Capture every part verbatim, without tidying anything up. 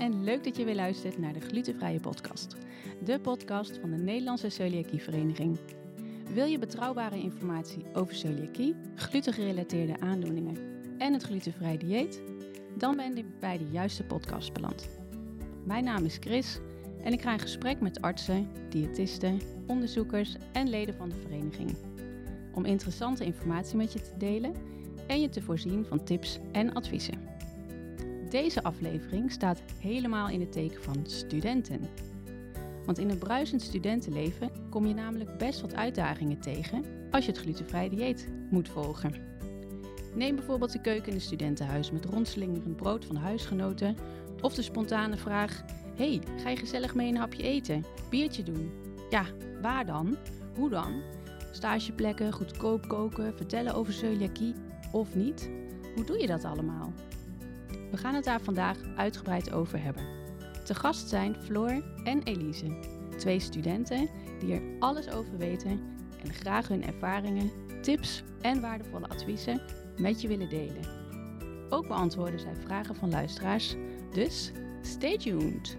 en leuk dat je weer luistert naar de Glutenvrije Podcast. De podcast van de Nederlandse Celiakievereniging. Wil je betrouwbare informatie over celiakie, glutengerelateerde aandoeningen en het glutenvrij dieet? Dan ben je bij de juiste podcast beland. Mijn naam is Chris en ik ga in gesprek met artsen, diëtisten, onderzoekers en leden van de vereniging. Om interessante informatie met je te delen en je te voorzien van tips en adviezen. Deze aflevering staat helemaal in het teken van studenten. Want in een bruisend studentenleven kom je namelijk best wat uitdagingen tegen als je het glutenvrij dieet moet volgen. Neem bijvoorbeeld de keuken in het studentenhuis met rondslingerend brood van huisgenoten of de spontane vraag: hey, ga je gezellig mee een hapje eten? Biertje doen? Ja, waar dan? Hoe dan? Stageplekken, goedkoop koken, vertellen over celiakie of niet? Hoe doe je dat allemaal? We gaan het daar vandaag uitgebreid over hebben. Te gast zijn Floor en Elise, twee studenten die er alles over weten en graag hun ervaringen, tips en waardevolle adviezen met je willen delen. Ook beantwoorden zij vragen van luisteraars, dus stay tuned!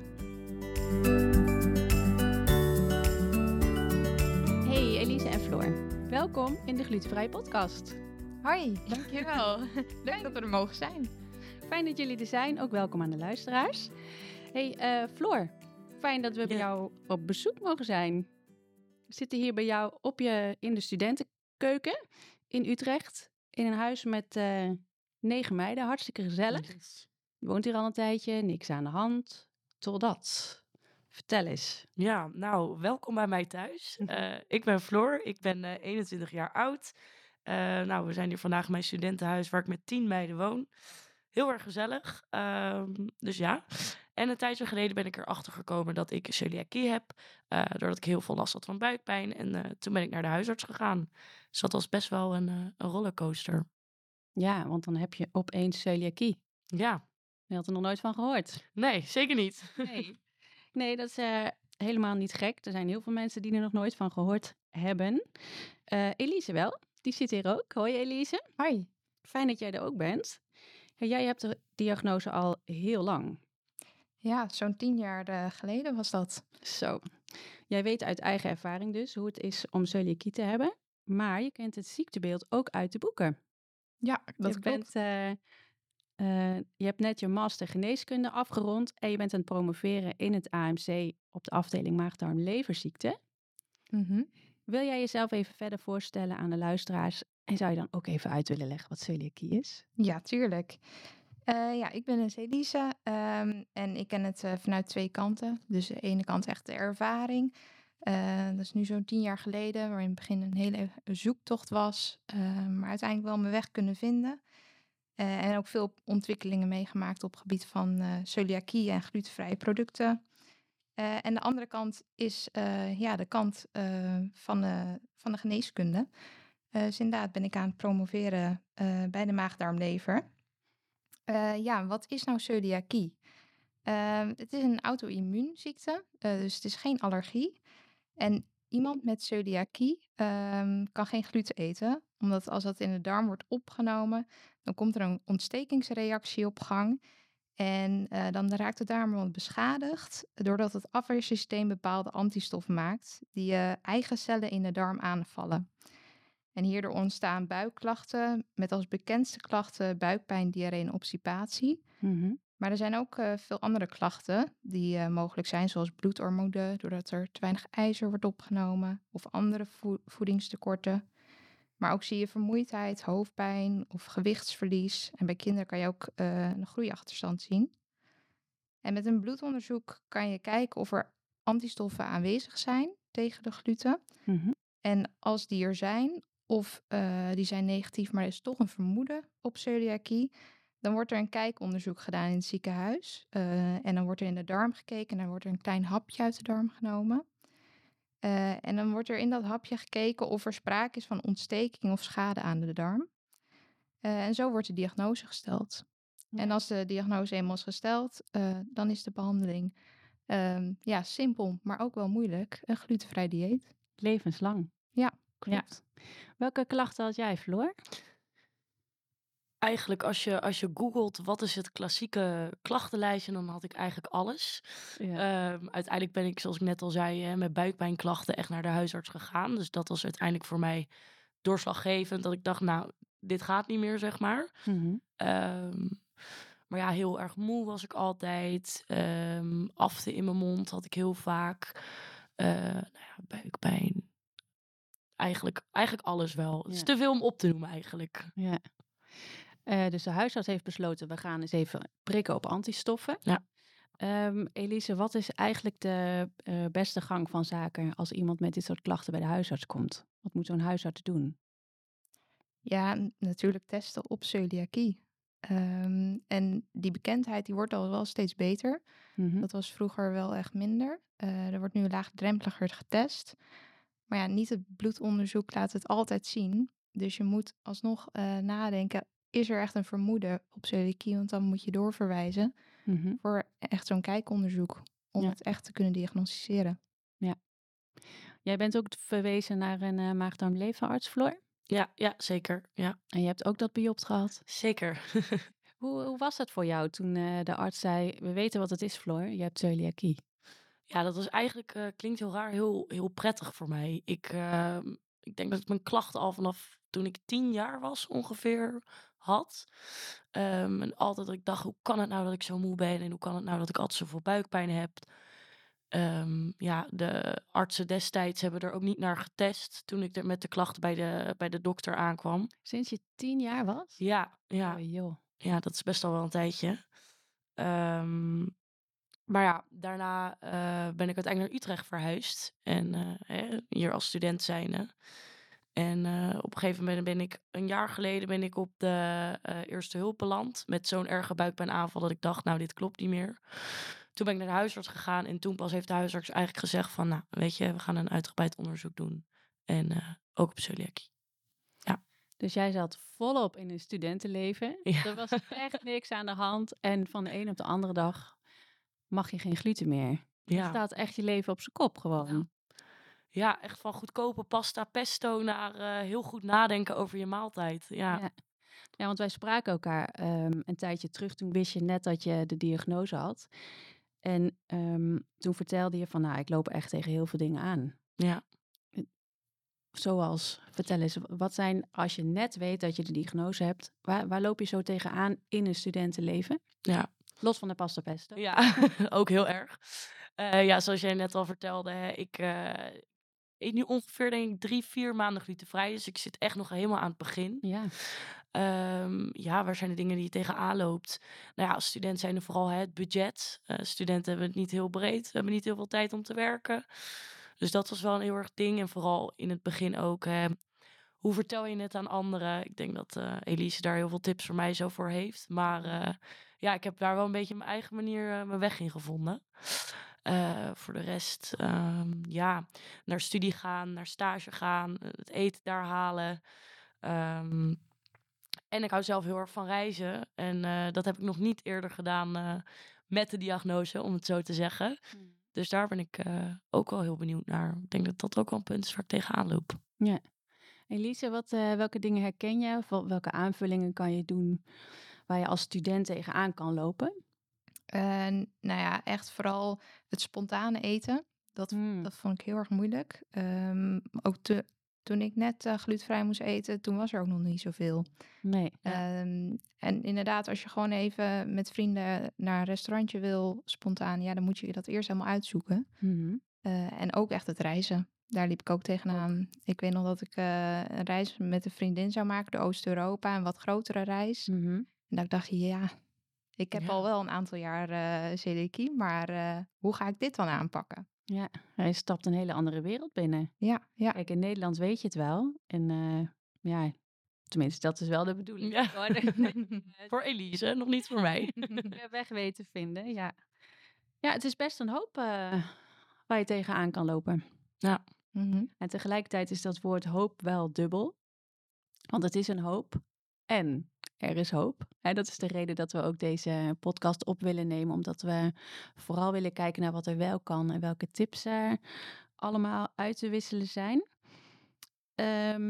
Hey Elise en Floor, welkom in de Glutenvrije Podcast. Hoi, dankjewel. Leuk dat we er mogen zijn. Fijn dat jullie er zijn, ook welkom aan de luisteraars. Hey uh, Floor, fijn dat we ja. bij jou op bezoek mogen zijn. We zitten hier bij jou op je, in de studentenkeuken in Utrecht. In een huis met uh, negen meiden, hartstikke gezellig. Yes. Je woont hier al een tijdje, niks aan de hand. Totdat. Vertel eens. Ja, nou, welkom bij mij thuis. Uh, ik ben Floor, ik ben uh, eenentwintig jaar oud. Uh, nou, we zijn hier vandaag in mijn studentenhuis waar ik met tien meiden woon. Heel erg gezellig. Uh, dus ja. En een tijdje geleden ben ik erachter gekomen dat ik celiakie heb. Uh, doordat ik heel veel last had van buikpijn. En uh, toen ben ik naar de huisarts gegaan. Dus dat was best wel een, uh, een rollercoaster. Ja, want dan heb je opeens celiakie. Ja. Je had er nog nooit van gehoord. Nee, zeker niet. Nee, nee dat is uh, helemaal niet gek. Er zijn heel veel mensen die er nog nooit van gehoord hebben. Uh, Elise wel, die zit hier ook. Hoi Elise. Hoi. Fijn dat jij er ook bent. Ja, jij hebt de diagnose al heel lang. Ja, zo'n tien jaar uh, geleden was dat. Zo. Jij weet uit eigen ervaring dus hoe het is om celiakie te hebben. Maar je kent het ziektebeeld ook uit de boeken. Ja, dat je klopt. Bent, uh, uh, je hebt net je master geneeskunde afgerond. En je bent aan het promoveren in het A M C op de afdeling maag-darm-leverziekte. Mm-hmm. Wil jij jezelf even verder voorstellen aan de luisteraars? En zou je dan ook even uit willen leggen wat celiakie is? Ja, tuurlijk. Uh, ja, ik ben Elise um, en ik ken het uh, vanuit twee kanten. Dus de ene kant echt de ervaring. Uh, dat is nu zo'n tien jaar geleden, waar in het begin een hele zoektocht was. Uh, maar uiteindelijk wel mijn weg kunnen vinden. Uh, en ook veel ontwikkelingen meegemaakt op het gebied van uh, celiakie en glutenvrije producten. Uh, en de andere kant is uh, ja, de kant uh, van, de, van de geneeskunde. Uh, dus inderdaad ben ik aan het promoveren uh, bij de maag-darm-lever. Uh, ja, wat is nou celiakie? Uh, het is een auto-immuunziekte, uh, dus het is geen allergie. En iemand met celiakie uh, kan geen gluten eten, omdat als dat in de darm wordt opgenomen, dan komt er een ontstekingsreactie op gang. En uh, dan raakt de darm wat beschadigd, doordat het afweersysteem bepaalde antistoffen maakt, die uh, eigen cellen in de darm aanvallen. En hierdoor ontstaan buikklachten, met als bekendste klachten buikpijn, diarree en obstipatie. Mm-hmm. Maar er zijn ook uh, veel andere klachten die uh, mogelijk zijn, zoals bloedarmoede, doordat er te weinig ijzer wordt opgenomen, of andere vo- voedingstekorten. Maar ook zie je vermoeidheid, hoofdpijn of gewichtsverlies. En bij kinderen kan je ook uh, een groeiachterstand zien. En met een bloedonderzoek kan je kijken of er antistoffen aanwezig zijn tegen de gluten. Mm-hmm. En als die er zijn, of uh, die zijn negatief, maar er is toch een vermoeden op celiakie, dan wordt er een kijkonderzoek gedaan in het ziekenhuis. Uh, en dan wordt er in de darm gekeken en dan wordt er een klein hapje uit de darm genomen. Uh, en dan wordt er in dat hapje gekeken of er sprake is van ontsteking of schade aan de darm. Uh, en zo wordt de diagnose gesteld. Ja. En als de diagnose eenmaal is gesteld, uh, dan is de behandeling uh, ja, simpel, maar ook wel moeilijk. Een glutenvrij dieet. Levenslang. Ja, klopt. Ja. Welke klachten had jij, Floor? eigenlijk als je, als je googelt wat is het klassieke klachtenlijstje, dan had ik eigenlijk alles. Ja. Ehm, uiteindelijk ben ik, zoals ik net al zei, hè, met buikpijnklachten echt naar de huisarts gegaan. Dus dat was uiteindelijk voor mij doorslaggevend. Dat ik dacht, nou, dit gaat niet meer, zeg maar. Mhm. Ehm, maar ja, heel erg moe was ik altijd. Ehm afte in mijn mond had ik heel vaak. Eh, nou ja, buikpijn. Eigenlijk, eigenlijk alles wel. Het is Ja. te veel om op te noemen eigenlijk. Ja. Eh, dus de huisarts heeft besloten, we gaan eens even prikken op antistoffen. Ja. Ehm, Elise, wat is eigenlijk de eh, beste gang van zaken als iemand met dit soort klachten bij de huisarts komt? Wat moet zo'n huisarts doen? Ja, n- natuurlijk testen op celiakie. Ehm, en die bekendheid die wordt al wel steeds beter. Mhm. Dat was vroeger wel echt minder. Eh, er wordt nu laagdrempeliger getest. Maar ja, niet het bloedonderzoek laat het altijd zien. Dus je moet alsnog eh, nadenken, is er echt een vermoeden op celiakie? Want dan moet je doorverwijzen Mhm. voor echt zo'n kijkonderzoek. Om Ja. het echt te kunnen diagnosticeren. Jij bent ook verwezen naar een uh, maag-darm-leverarts, Floor. Ja, ja, zeker. Ja, En je hebt ook dat biopt gehad. zeker. Hoe, hoe was dat voor jou toen eh, de arts zei, we weten wat het is, Floor, je hebt celiakie? Ja, dat was eigenlijk, eh, klinkt heel raar, heel, heel prettig voor mij. Ik, ehm, ik denk dat ik mijn klachten al vanaf toen ik tien jaar was ongeveer had. Ehm, en altijd dat ik dacht, hoe kan het nou dat ik zo moe ben? En hoe kan het nou dat ik altijd zoveel buikpijn heb? Ehm, ja, de artsen destijds hebben er ook niet naar getest toen ik er met de klachten bij de, bij de dokter aankwam. Sinds je tien jaar was? Ja, ja, Oh joh. ja, dat is best al wel een tijdje. Ehm, maar ja, daarna eh, ben ik uiteindelijk naar Utrecht verhuisd. En eh, hè, hier als student zijnde. En eh, op een gegeven moment ben ik, een jaar geleden ben ik op de eh, eerste hulp beland. Met zo'n erge buikpijnaanval dat ik dacht, nou dit klopt niet meer. Toen ben ik naar de huisarts gegaan. En toen pas heeft de huisarts eigenlijk gezegd van, nou weet je, we gaan een uitgebreid onderzoek doen. En eh, ook op celiakie. Dus jij zat volop in een studentenleven. Ja. Er was echt niks aan de hand. En van de een op de andere dag mag je geen gluten meer. Je Ja. staat echt je leven op zijn kop gewoon. Ja, echt van goedkope pasta pesto naar eh, heel goed nadenken over je maaltijd. Ja, Ja. Ja, want wij spraken elkaar ehm, een tijdje terug. Toen wist je net dat je de diagnose had. En ehm, toen vertelde je van, nou, ik loop echt tegen heel veel dingen aan. ja. Zoals, vertel eens, wat zijn, als je net weet dat je de diagnose hebt, waar, waar loop je zo tegenaan in een studentenleven? Ja. Los van de pasta pesto. Ja, ook heel erg. Eh, ja, zoals jij net al vertelde, hè, ik eh, eet nu ongeveer denk ik drie, vier maanden glutenvrij. Dus ik zit echt nog helemaal aan het begin. Ja. Ehm, ja, waar zijn de dingen die je tegenaan loopt? Nou ja, als student zijn er vooral hè, het budget. Eh, studenten hebben het niet heel breed. We hebben niet heel veel tijd om te werken. Dus dat was wel een heel erg ding. En vooral in het begin ook, hè, hoe vertel je het aan anderen? Ik denk dat eh, Elise daar heel veel tips voor mij zo voor heeft. Maar eh, ja, ik heb daar wel een beetje op mijn eigen manier eh, mijn weg in gevonden. Eh, voor de rest, ehm, ja, naar studie gaan, naar stage gaan, eh, het eten daar halen. Ehm, en ik hou zelf heel erg van reizen. En eh, dat heb ik nog niet eerder gedaan eh, met de diagnose, om het zo te zeggen. Dus daar ben ik eh, ook wel heel benieuwd naar. Ik denk dat dat ook wel een punt is waar ik tegenaan loop. Ja. Elise, wat, eh, welke dingen herken je? Of wel- welke aanvullingen kan je doen waar je als student tegenaan kan lopen? En nou ja, echt vooral het spontane eten. Dat, Hmm. dat vond ik heel erg moeilijk. Ehm, ook te, toen ik net eh, glutenvrij moest eten, toen was er ook nog niet zoveel. Nee. Ja. Ehm, en inderdaad, als je gewoon even met vrienden naar een restaurantje wil, spontaan, ja, dan moet je dat eerst helemaal uitzoeken. Mhm. Eh, en ook echt het reizen. Daar liep ik ook tegenaan. Ik weet nog dat ik eh, een reis met een vriendin zou maken door Oost-Europa, een wat grotere reis. Mhm. En dat ik dacht, ja, ik heb Ja. al wel een aantal jaar eh celiakie, maar eh, hoe ga ik dit dan aanpakken? Ja, je stapt een hele andere wereld binnen. Ja, ja. Kijk, in Nederland weet je het wel. En eh, ja, tenminste, dat is wel de bedoeling. Ja. Hoor. De- Voor Elise, nog niet voor mij. de weg weten vinden, ja. Ja, het is best een hoop eh, waar je tegenaan kan lopen. Ja. Mhm. En tegelijkertijd is dat woord hoop wel dubbel. Want het is een hoop en er is hoop. En dat is de reden dat we ook deze podcast op willen nemen. Omdat we vooral willen kijken naar wat er wel kan en welke tips er allemaal uit te wisselen zijn. Ehm,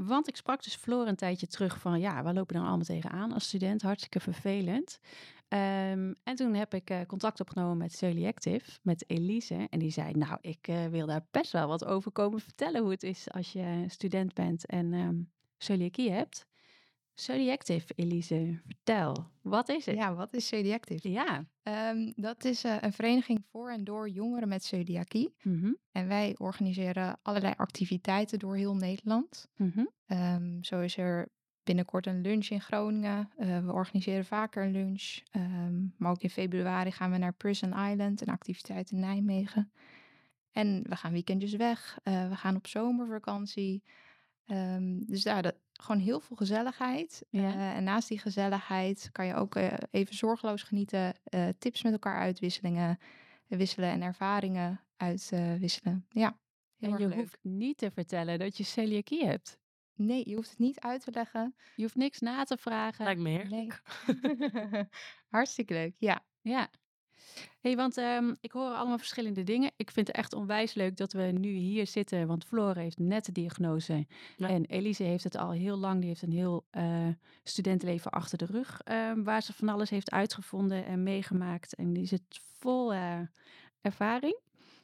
Want ik sprak dus Floor een tijdje terug van... ja, waar lopen we dan allemaal tegenaan als student? Hartstikke vervelend. Um, en toen heb ik uh, contact opgenomen met Celiactive, met Elise. En die zei, nou, ik uh, wil daar best wel wat over komen vertellen... hoe het is als je student bent en um, celiakie hebt. Celiactive, Elise, vertel. Wat is het? Ja, wat is Celiactive? Ja. Um, dat is uh, een vereniging voor en door jongeren met celiakie. Mm-hmm. En wij organiseren allerlei activiteiten door heel Nederland. Mm-hmm. Um, zo is er binnenkort een lunch in Groningen. Uh, we organiseren vaker een lunch. Um, maar ook in februari gaan we naar Prison Island, een activiteit in Nijmegen. En we gaan weekendjes weg. Uh, we gaan op zomervakantie. Um, dus daar ja, gewoon heel veel gezelligheid. Ja. Uh, en naast die gezelligheid kan je ook uh, even zorgeloos genieten. Uh, tips met elkaar uitwisselingen, wisselen en ervaringen uitwisselen. Uh, ja, heel en erg je leuk. hoeft niet te vertellen dat je celiakie hebt. Nee, je hoeft het niet uit te leggen. Je hoeft niks na te vragen. Lijkt me heerlijk. Nee. Hartstikke leuk, ja. Ja. Hey, want um, ik hoor allemaal verschillende dingen. Ik vind het echt onwijs leuk dat we nu hier zitten. Want Floor heeft net de diagnose. Ja. En Elise heeft het al heel lang. Die heeft een heel uh, studentenleven achter de rug. Uh, waar ze van alles heeft uitgevonden en meegemaakt. En die zit vol uh, ervaring.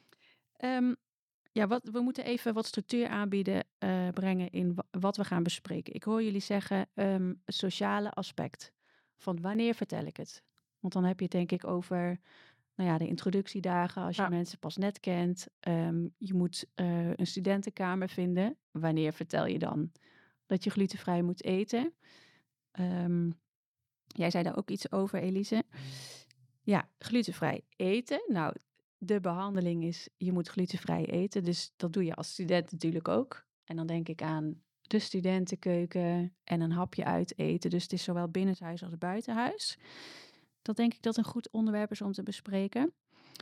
Um, ja, wat, we moeten even wat structuur aanbieden, uh, brengen in w- wat we gaan bespreken. Ik hoor jullie zeggen um, het sociale aspect. Van wanneer vertel ik het? Want dan heb je het denk ik over nou ja, de introductiedagen als je ja. mensen pas net kent. Um, je moet uh, een studentenkamer vinden. Wanneer vertel je dan dat je glutenvrij moet eten? Um, jij zei daar ook iets over, Elise. Ja, glutenvrij eten. Nou, de behandeling is, je moet glutenvrij eten. Dus dat doe je als student natuurlijk ook. En dan denk ik aan de studentenkeuken en een hapje uit eten. Dus het is zowel binnenshuis als buitenhuis. Dat denk ik dat een goed onderwerp is om te bespreken.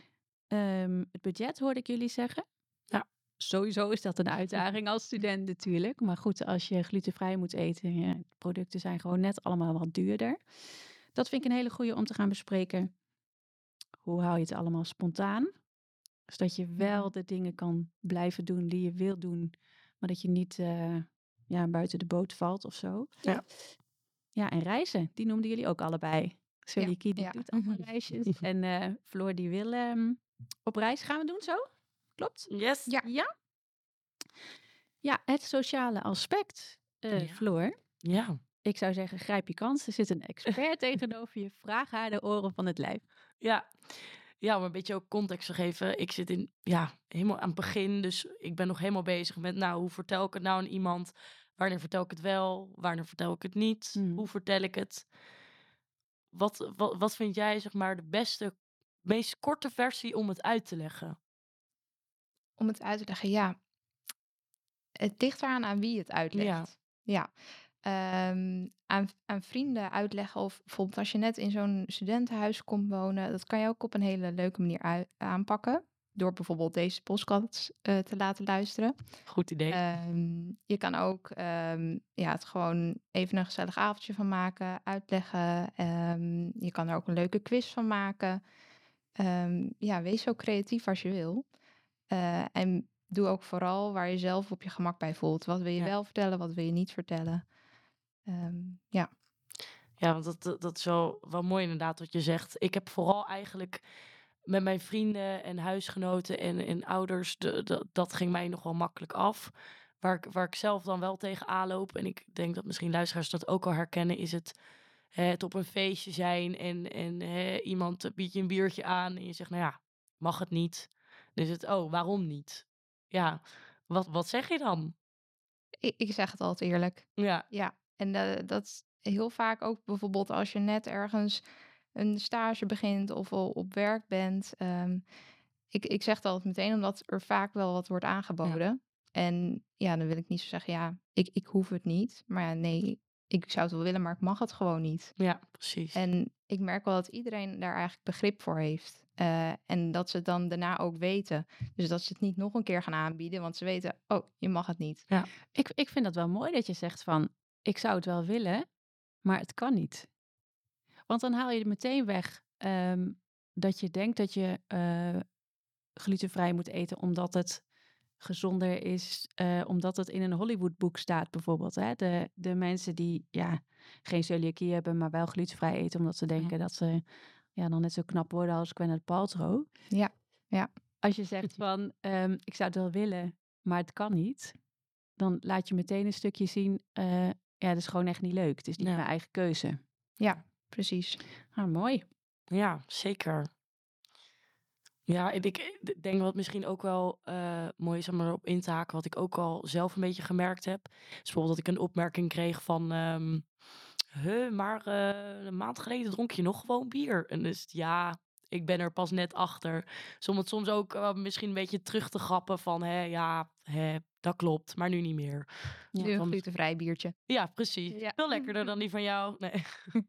Um, het budget hoorde ik jullie zeggen. Ja, sowieso is dat een uitdaging als student natuurlijk. Maar goed, als je glutenvrij moet eten, ja, de producten zijn gewoon net allemaal wat duurder. Dat vind ik een hele goede om te gaan bespreken. Hoe hou je het allemaal spontaan? Zodat je wel de dingen kan blijven doen die je wil doen, maar dat je niet uh, ja, buiten de boot valt of zo. Ja. Ja, en reizen, die noemden jullie ook allebei. Celiakie, die ja. doet allemaal reisjes. En uh, Floor, die wil um, op reis gaan we doen, zo? Klopt? Yes. Ja. Ja, ja het sociale aspect, uh, ja. Floor. Ja. Ik zou zeggen, grijp je kans. Er zit een expert tegenover je. Vraag haar de oren van het lijf. Ja. Ja, om een beetje ook context te geven. Ik zit in, ja, helemaal aan het begin. Dus ik ben nog helemaal bezig met, nou, hoe vertel ik het nou aan iemand? Wanneer vertel ik het wel? Wanneer vertel ik het niet? Hmm. Hoe vertel ik het? Wat, wat, wat vind jij, zeg maar, de beste, meest korte versie om het uit te leggen? Om het uit te leggen, ja. Het ligt eraan aan wie het uitlegt. Ja. ja. Um, aan, aan vrienden uitleggen of bijvoorbeeld als je net in zo'n studentenhuis komt wonen, dat kan je ook op een hele leuke manier uit, aanpakken. Door bijvoorbeeld deze podcast uh, te laten luisteren. Goed idee. Um, je kan ook um, ja, het gewoon even een gezellig avondje van maken, uitleggen. Um, je kan er ook een leuke quiz van maken. Um, ja, wees zo creatief als je wil. Uh, en doe ook vooral waar je zelf op je gemak bij voelt. Wat wil je ja. wel vertellen, wat wil je niet vertellen? Um, ja. Ja, want dat, dat, dat is wel, wel mooi inderdaad wat je zegt. Ik heb vooral eigenlijk met mijn vrienden en huisgenoten en, en ouders, de, de, dat ging mij nog wel makkelijk af. Waar ik, waar ik zelf dan wel tegen aanloop, en ik denk dat misschien luisteraars dat ook al herkennen, is het, hè, het op een feestje zijn en, en hè, iemand biedt je een biertje aan en je zegt, nou ja, mag het niet. Dan is het, oh, waarom niet? Ja, wat, wat zeg je dan? Ik, ik zeg het altijd eerlijk. Ja. Ja, en uh, dat is heel vaak ook bijvoorbeeld als je net ergens een stage begint of al op werk bent. Um, ik, ik zeg het altijd meteen, omdat er vaak wel wat wordt aangeboden. Ja. En ja, dan wil ik niet zo zeggen, ja, ik, ik hoef het niet. Maar ja, nee, ik zou het wel willen, maar ik mag het gewoon niet. Ja, precies. En ik merk wel dat iedereen daar eigenlijk begrip voor heeft. Uh, en dat ze het dan daarna ook weten. Dus dat ze het niet nog een keer gaan aanbieden, want ze weten, oh, je mag het niet. Ja. Ik, ik vind dat wel mooi dat je zegt van, ik zou het wel willen, maar het kan niet. Want dan haal je er meteen weg um, dat je denkt dat je uh, glutenvrij moet eten, omdat het gezonder is, uh, omdat het in een Hollywoodboek staat bijvoorbeeld. Hè? De, de mensen die ja, geen celiakie hebben, maar wel glutenvrij eten, omdat ze denken ja. dat ze ja, dan net zo knap worden als Gwyneth Paltrow. Ja, ja. Als je zegt van, um, ik zou het wel willen, maar het kan niet, dan laat je meteen een stukje zien, uh, ja, dat is gewoon echt niet leuk. Het is niet ja. mijn eigen keuze. Ja, precies. Ah, mooi. Ja, zeker. Ja, ik, ik denk wat misschien ook wel uh, mooi is om erop in te haken, wat ik ook al zelf een beetje gemerkt heb. Is bijvoorbeeld dat ik een opmerking kreeg van, um, huh, maar uh, een maand geleden dronk je nog gewoon bier. En dus ja, ik ben er pas net achter. Dus om het soms ook uh, misschien een beetje terug te grappen van, hè, ja, hè, dat klopt, maar nu niet meer. Ja, nu een glutenvrij biertje. Ja, precies. Ja. Veel lekkerder dan die van jou. Nee.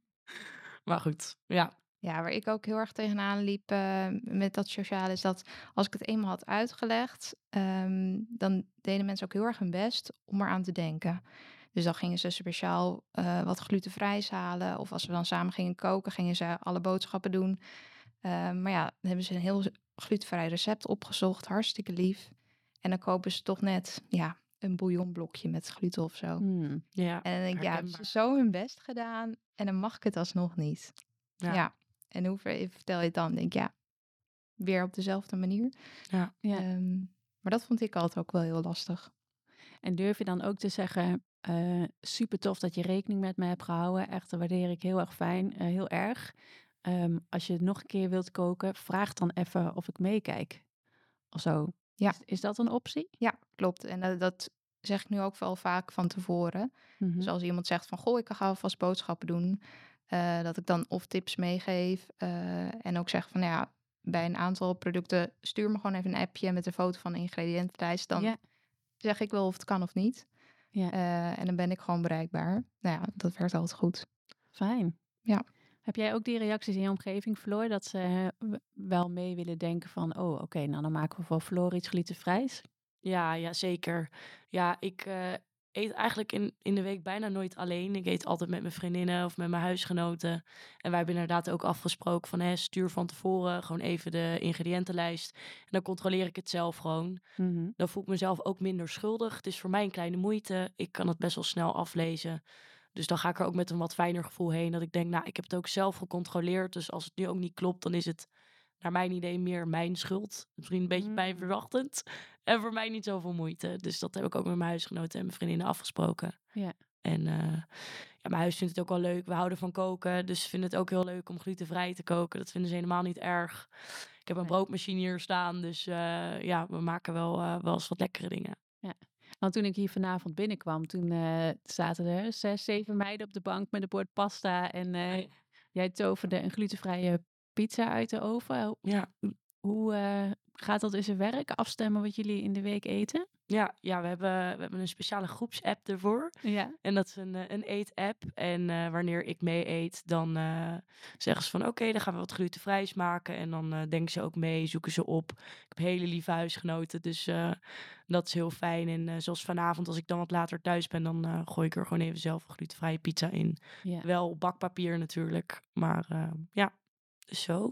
Maar goed, ja. Ja, waar ik ook heel erg tegenaan liep uh, met dat sociale is dat als ik het eenmaal had uitgelegd, um, dan deden mensen ook heel erg hun best om eraan te denken. Dus dan gingen ze speciaal uh, wat glutenvrijs halen. Of als we dan samen gingen koken, gingen ze alle boodschappen doen. Uh, maar ja, dan hebben ze een heel glutenvrij recept opgezocht. Hartstikke lief. En dan kopen ze toch net ja, een bouillonblokje met gluten of zo. Hmm, ja, en dan denk ik, ja, hebben ze zo hun best gedaan. En dan mag ik het alsnog niet. Ja. ja. En hoe vertel je het dan? Denk ik, ja, weer op dezelfde manier. Ja. ja. Um, maar dat vond ik altijd ook wel heel lastig. En durf je dan ook te zeggen, uh, super tof dat je rekening met me hebt gehouden. Echt, dat waardeer ik heel erg fijn, uh, heel erg. Um, als je het nog een keer wilt koken, vraag dan even of ik meekijk. Of zo. Ja. Is, is dat een optie? Ja, klopt. En uh, dat zeg ik nu ook wel vaak van tevoren. Mm-hmm. Dus als iemand zegt van, goh, ik ga alvast boodschappen doen. Uh, dat ik dan of tips meegeef. Uh, en ook zeg van, ja, bij een aantal producten stuur me gewoon even een appje met een foto van de ingrediëntenlijst. Dan ja. zeg ik wel of het kan of niet. Ja. Uh, en dan ben ik gewoon bereikbaar. Nou ja, dat werkt altijd goed. Fijn. Ja. Heb jij ook die reacties in je omgeving, Floor, dat ze uh, wel mee willen denken van, oh, oké, okay, nou dan maken we voor Floor iets glutenvrijs? Ja, ja, zeker. Ja, ik uh, eet eigenlijk in, in de week bijna nooit alleen. Ik eet altijd met mijn vriendinnen of met mijn huisgenoten. En wij hebben inderdaad ook afgesproken van, hè, stuur van tevoren gewoon even de ingrediëntenlijst. En dan controleer ik het zelf gewoon. Mm-hmm. Dan voel ik mezelf ook minder schuldig. Het is voor mij een kleine moeite. Ik kan het best wel snel aflezen. Dus dan ga ik er ook met een wat fijner gevoel heen. Dat ik denk, nou, ik heb het ook zelf gecontroleerd. Dus als het nu ook niet klopt, dan is het naar mijn idee meer mijn schuld. Misschien een beetje pijnverwachtend. En voor mij niet zoveel moeite. Dus dat heb ik ook met mijn huisgenoten en mijn vriendinnen afgesproken. Ja. En uh, ja, mijn huis vindt het ook wel leuk. We houden van koken. Dus ze vinden het ook heel leuk om glutenvrij te koken. Dat vinden ze helemaal niet erg. Ik heb een broodmachine hier staan. Dus uh, ja, we maken wel, uh, wel eens wat lekkere dingen. Ja. Want toen ik hier vanavond binnenkwam, toen uh, zaten er zes, zeven meiden op de bank met een bord pasta. En uh, jij toverde een glutenvrije pizza uit de oven. Ja. Hoe uh, gaat dat in zijn werk? Afstemmen wat jullie in de week eten? Ja, ja we, hebben, we hebben een speciale groepsapp ervoor. Ja. En dat is een, een eet-app. En uh, wanneer ik mee eet, dan uh, zeggen ze van oké, okay, dan gaan we wat glutenvrijs maken. En dan uh, denken ze ook mee, zoeken ze op. Ik heb hele lieve huisgenoten, dus uh, dat is heel fijn. En uh, zoals vanavond, als ik dan wat later thuis ben, dan uh, gooi ik er gewoon even zelf een glutenvrije pizza in. Ja. Wel bakpapier natuurlijk, maar uh, ja, dus zo.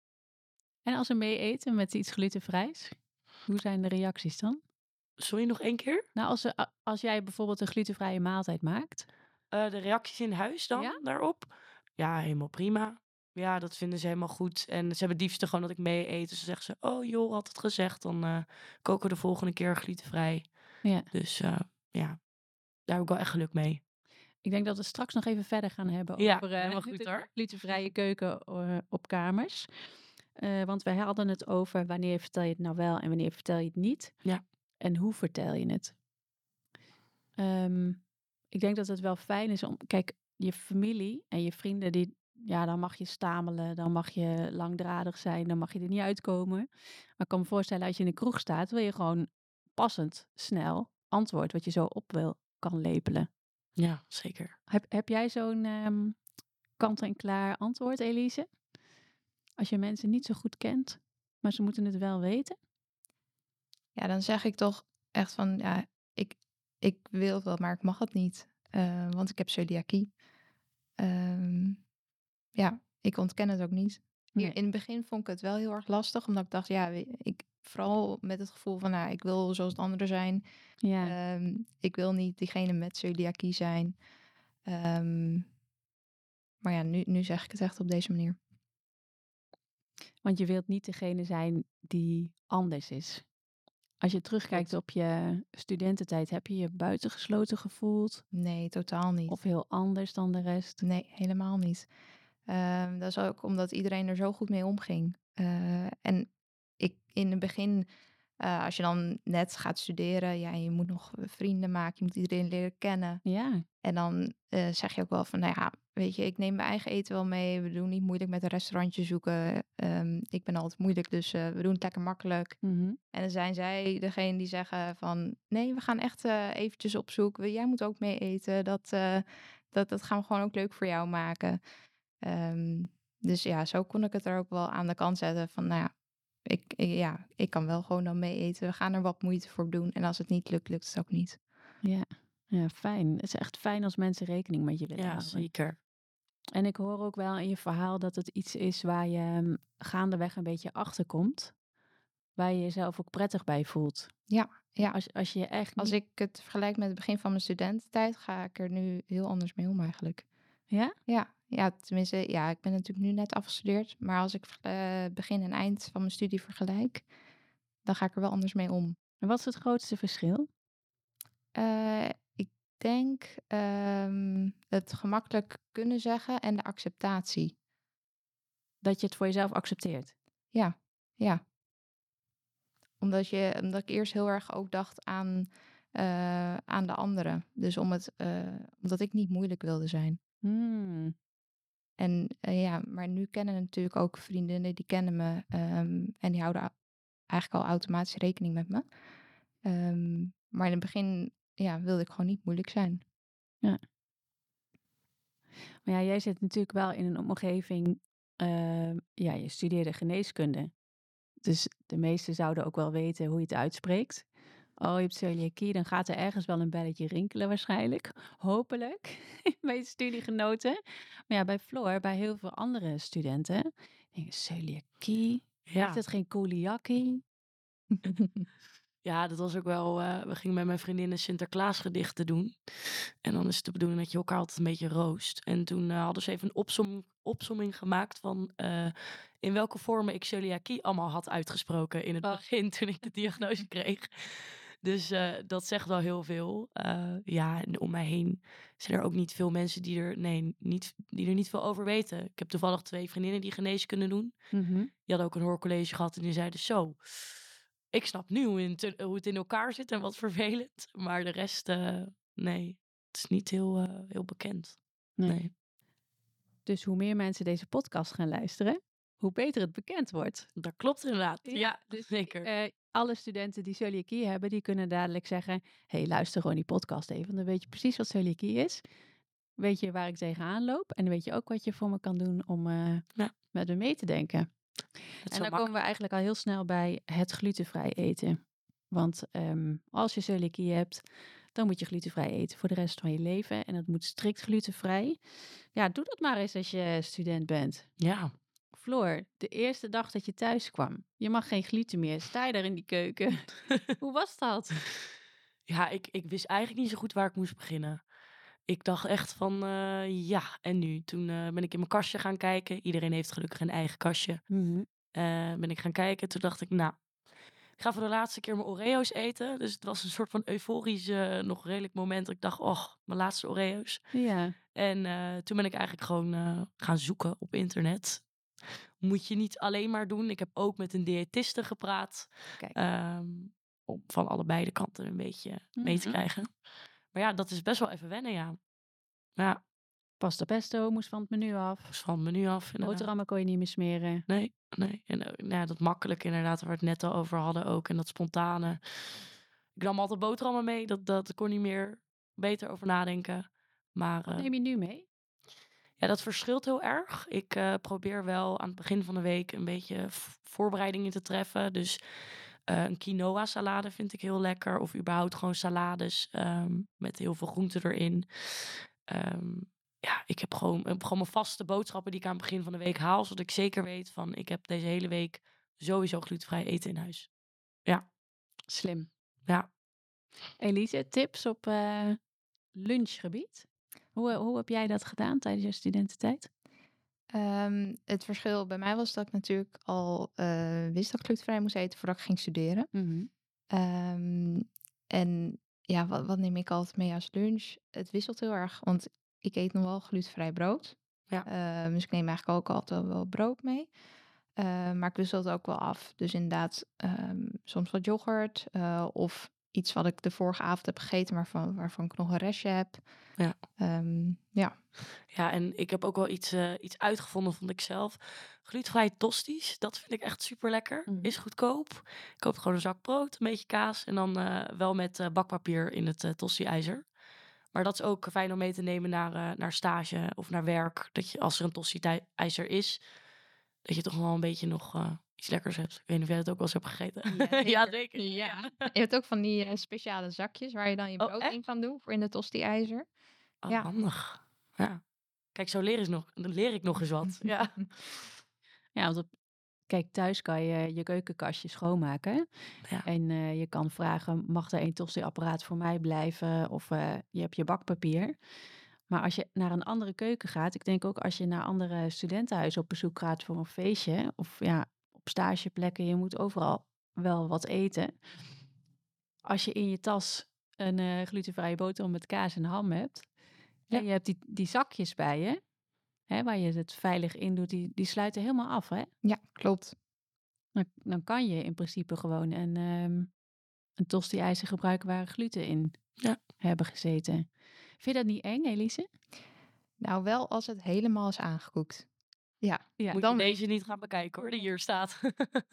En als ze mee eten met iets glutenvrijs, hoe zijn de reacties dan? Sorry, nog één keer? Nou, als, ze, als jij bijvoorbeeld een glutenvrije maaltijd maakt. Uh, de reacties in huis dan ja? daarop? Ja, helemaal prima. Ja, dat vinden ze helemaal goed. En ze hebben het liefst gewoon dat ik mee eet. Dus dan zeggen ze, oh joh, had het gezegd. Dan uh, koken we de volgende keer glutenvrij. Ja. Dus uh, ja, daar heb ik wel echt geluk mee. Ik denk dat we straks nog even verder gaan hebben ja, over uh, helemaal goed, hoor. glutenvrije keuken uh, op kamers. Uh, want we hadden het over wanneer vertel je het nou wel en wanneer vertel je het niet. Ja. En hoe vertel je het? Um, ik denk dat het wel fijn is om... Kijk, je familie en je vrienden, die, ja, dan mag je stamelen, dan mag je langdradig zijn, dan mag je er niet uitkomen. Maar ik kan me voorstellen, als je in een kroeg staat, wil je gewoon passend, snel antwoord wat je zo op wil, kan lepelen. Ja, zeker. Heb, heb jij zo'n um, kant-en-klaar antwoord, Elise? Als je mensen niet zo goed kent, maar ze moeten het wel weten? Ja, dan zeg ik toch echt van, ja, ik, ik wil het wel, maar ik mag het niet. Uh, want ik heb celiakie. Um, ja, ik ontken het ook niet. Hier, nee. In het begin vond ik het wel heel erg lastig, omdat ik dacht, ja, ik, vooral met het gevoel van, nou, ik wil zoals de anderen zijn. Ja, Ehm, ik wil niet diegene met celiakie zijn. Ehm, maar ja, nu, nu zeg ik het echt op deze manier. want je wilt niet degene zijn die anders is. Als je terugkijkt Klopt. op je studententijd, heb je je buitengesloten gevoeld? Nee, totaal niet. Of heel anders dan de rest? Nee, helemaal niet. Ehm, dat is ook omdat iedereen er zo goed mee omging. Eh, en ik in het begin, eh, als je dan net gaat studeren, ja, je moet nog vrienden maken, je moet iedereen leren kennen. Ja, En dan eh, zeg je ook wel van, nou ja, weet je, ik neem mijn eigen eten wel mee. We doen niet moeilijk met een restaurantje zoeken. Ehm, ik ben altijd moeilijk, dus eh, we doen het lekker makkelijk. mhm. En dan zijn zij degene die zeggen van, nee, we gaan echt eh, eventjes op zoek. We- Jij moet ook mee eten. Dat, eh, dat, dat gaan we gewoon ook leuk voor jou maken. Ehm, dus ja, zo kon ik het er ook wel aan de kant zetten van, nou ja, ik, ik- ja, ik kan wel gewoon dan mee eten. We gaan er wat moeite voor doen. En als het niet lukt, lukt het ook niet. Ja. Ja, fijn. Het is echt fijn als mensen rekening met je willen Ja, houden. zeker. En ik hoor ook wel in je verhaal dat het iets is waar je mm, gaandeweg een beetje achter komt. Waar je jezelf ook prettig bij voelt. Ja, ja. Als, als je echt Als niet... ik het vergelijk met het begin van mijn studententijd, ga ik er nu heel anders mee om eigenlijk. Ja? Ja, ja, tenminste, ja, ik ben natuurlijk nu net afgestudeerd. Maar als ik eh, begin en eind van mijn studie vergelijk, dan ga ik er wel anders mee om. En wat is het grootste verschil? Eh, ik denk ehm, het gemakkelijk kunnen zeggen en de acceptatie. Dat je het voor jezelf accepteert. Ja, ja. Omdat, je, omdat ik eerst heel erg ook dacht aan, eh, aan de anderen. Dus om het, eh, omdat ik niet moeilijk wilde zijn. Hmm. En eh, ja, maar nu kennen natuurlijk ook vriendinnen, die kennen me. ehm, en die houden au- eigenlijk al automatisch rekening met me. Ehm, maar in het begin ja, wilde ik gewoon niet moeilijk zijn. Maar ja, jij zit natuurlijk wel in een omgeving... ehm, ja, je studeerde geneeskunde. Dus de meesten zouden ook wel weten hoe je het uitspreekt. Oh, je hebt celiakie, dan gaat er ergens wel een belletje rinkelen waarschijnlijk. Hopelijk, bij je studiegenoten. Maar ja, bij Floor, bij heel veel andere studenten... Denken, celiakie? Ja. Is dat geen coliakie? Ja, dat was ook wel. eh, we gingen met mijn vriendinnen Sinterklaasgedichten doen. En dan is het de bedoeling dat je elkaar altijd een beetje roost. En toen eh, hadden ze even een opsom opsomming gemaakt van eh, in welke vormen ik celiakie allemaal had uitgesproken in het Oh. begin toen ik de diagnose kreeg. Dus eh, dat zegt wel heel veel. Eh, ja, en om mij heen zijn er ook niet veel mensen die er, nee, niet, die er niet veel over weten. Ik heb toevallig twee vriendinnen die geneeskunde doen. Mhm. Die hadden ook een hoorcollege gehad en die zeiden zo. Ik snap nu hoe, in te- hoe het in elkaar zit en wat vervelend. Maar de rest, eh, nee, het is niet heel, eh, heel bekend. Nee. Nee. Dus hoe meer mensen deze podcast gaan luisteren, hoe beter het bekend wordt. Dat klopt inderdaad. Ja, Ja, dus, zeker. Eh, alle studenten die celiakie hebben, die kunnen dadelijk zeggen... hey, luister gewoon die podcast even, dan weet je precies wat celiakie is. Weet je waar ik tegenaan loop en dan weet je ook wat je voor me kan doen om eh, Ja. met me mee te denken. Dat is En wel dan komen we eigenlijk al heel snel bij het glutenvrij eten. Want ehm, als je celiakie hebt, dan moet je glutenvrij eten voor de rest van je leven. En dat moet strikt glutenvrij. Ja, doe dat maar eens als je student bent. Ja, Floor, de eerste dag dat je thuis kwam, je mag geen gluten meer. Sta je daar in die keuken? Hoe was dat? ja ik, ik wist eigenlijk niet zo goed waar ik moest beginnen. Ik dacht echt van, eh, ja, en nu? Toen eh, ben ik in mijn kastje gaan kijken. Iedereen heeft gelukkig een eigen kastje. Mhm. Eh, ben ik gaan kijken. Toen dacht ik, nou, ik ga voor de laatste keer mijn Oreo's eten. Dus het was een soort van euforisch, eh, nog redelijk moment. Dat ik dacht, oh, mijn laatste Oreo's. Ja, En eh, toen ben ik eigenlijk gewoon eh, gaan zoeken op internet. Moet je niet alleen maar doen. Ik heb ook met een diëtiste gepraat. kijk. ehm, om van allebei de kanten een beetje mee te Mhm. krijgen. Maar ja, dat is best wel even wennen, ja. Ja, Pasta pesto moest van het menu af. dus van het menu af inderdaad. Boterhammen kon je niet meer smeren. Nee, nee. En eh, nou ja, dat makkelijk inderdaad, waar we het net al over hadden ook. En dat spontane. Ik nam altijd boterhammen mee. Dat, dat kon niet meer beter over nadenken. Maar Wat eh, neem je nu mee? ja, dat verschilt heel erg. Ik eh, probeer wel aan het begin van de week een beetje v- voorbereidingen te treffen. Dus eh, een quinoa salade vind ik heel lekker. Of überhaupt gewoon salades ehm, met heel veel groenten erin. Ehm, ja, ik heb gewoon, heb gewoon mijn vaste boodschappen die ik aan het begin van de week haal. Zodat ik zeker weet van, ik heb deze hele week sowieso glutenvrij eten in huis. Ja, Slim. ja. Elise, tips op uh, lunchgebied? Hoe, hoe heb jij dat gedaan tijdens je studententijd? Um, het verschil bij mij was dat ik natuurlijk al uh, wist dat ik glutenvrij moest eten voordat ik ging studeren. Mm-hmm. Um, en ja, wat, wat neem ik altijd mee als lunch? Het wisselt heel erg, want ik eet nog wel glutenvrij brood. Ja. Uh, dus ik neem eigenlijk ook altijd wel brood mee. Uh, maar ik wissel het ook wel af. Dus inderdaad, um, soms wat yoghurt uh, of iets wat ik de vorige avond heb gegeten, maar van, waarvan ik nog een restje heb. Ja. Um, ja. Ja, en ik heb ook wel iets, uh, iets uitgevonden, vond ik zelf. Glutenvrije tosties, dat vind ik echt super lekker. Mm-hmm. Is goedkoop. Ik koop gewoon een zak brood, een beetje kaas en dan uh, wel met uh, bakpapier in het uh, tosti-ijzer. Maar dat is ook fijn om mee te nemen naar, uh, naar stage of naar werk. Dat je, als er een tosti-ijzer is, dat je toch wel een beetje nog uh, iets lekkers hebt. Ik weet niet of jij dat ook wel eens hebt gegeten. Ja, zeker. Ja, zeker. Ja. Je hebt ook van die uh, speciale zakjes waar je dan je brood oh, in kan doen voor in de tosti-ijzer. Oh, ja. Handig. Ja. Kijk, zo leer, is nog, leer ik nog eens wat. Ja, ja want op, kijk, thuis kan je je keukenkastje schoonmaken. Ja. En uh, je kan vragen, mag er een tosti-apparaat voor mij blijven? Of uh, je hebt je bakpapier. Maar als je naar een andere keuken gaat, ik denk ook als je naar andere studentenhuizen op bezoek gaat voor een feestje, of ja, op stageplekken, je moet overal wel wat eten. Als je in je tas een uh, glutenvrije boterham met kaas en ham hebt, ja. en je hebt die, die zakjes bij je, hè, waar je het veilig in doet, die, die sluiten helemaal af, hè? Ja, klopt. Dan, dan kan je in principe gewoon een, um, een tosti-ijzer gebruiken waar gluten in ja. hebben gezeten. Vind je dat niet eng, Elise? Nou, wel als het helemaal is aangekoekt. Ja. ja. Moet dan je deze niet gaan bekijken hoor, die hier staat.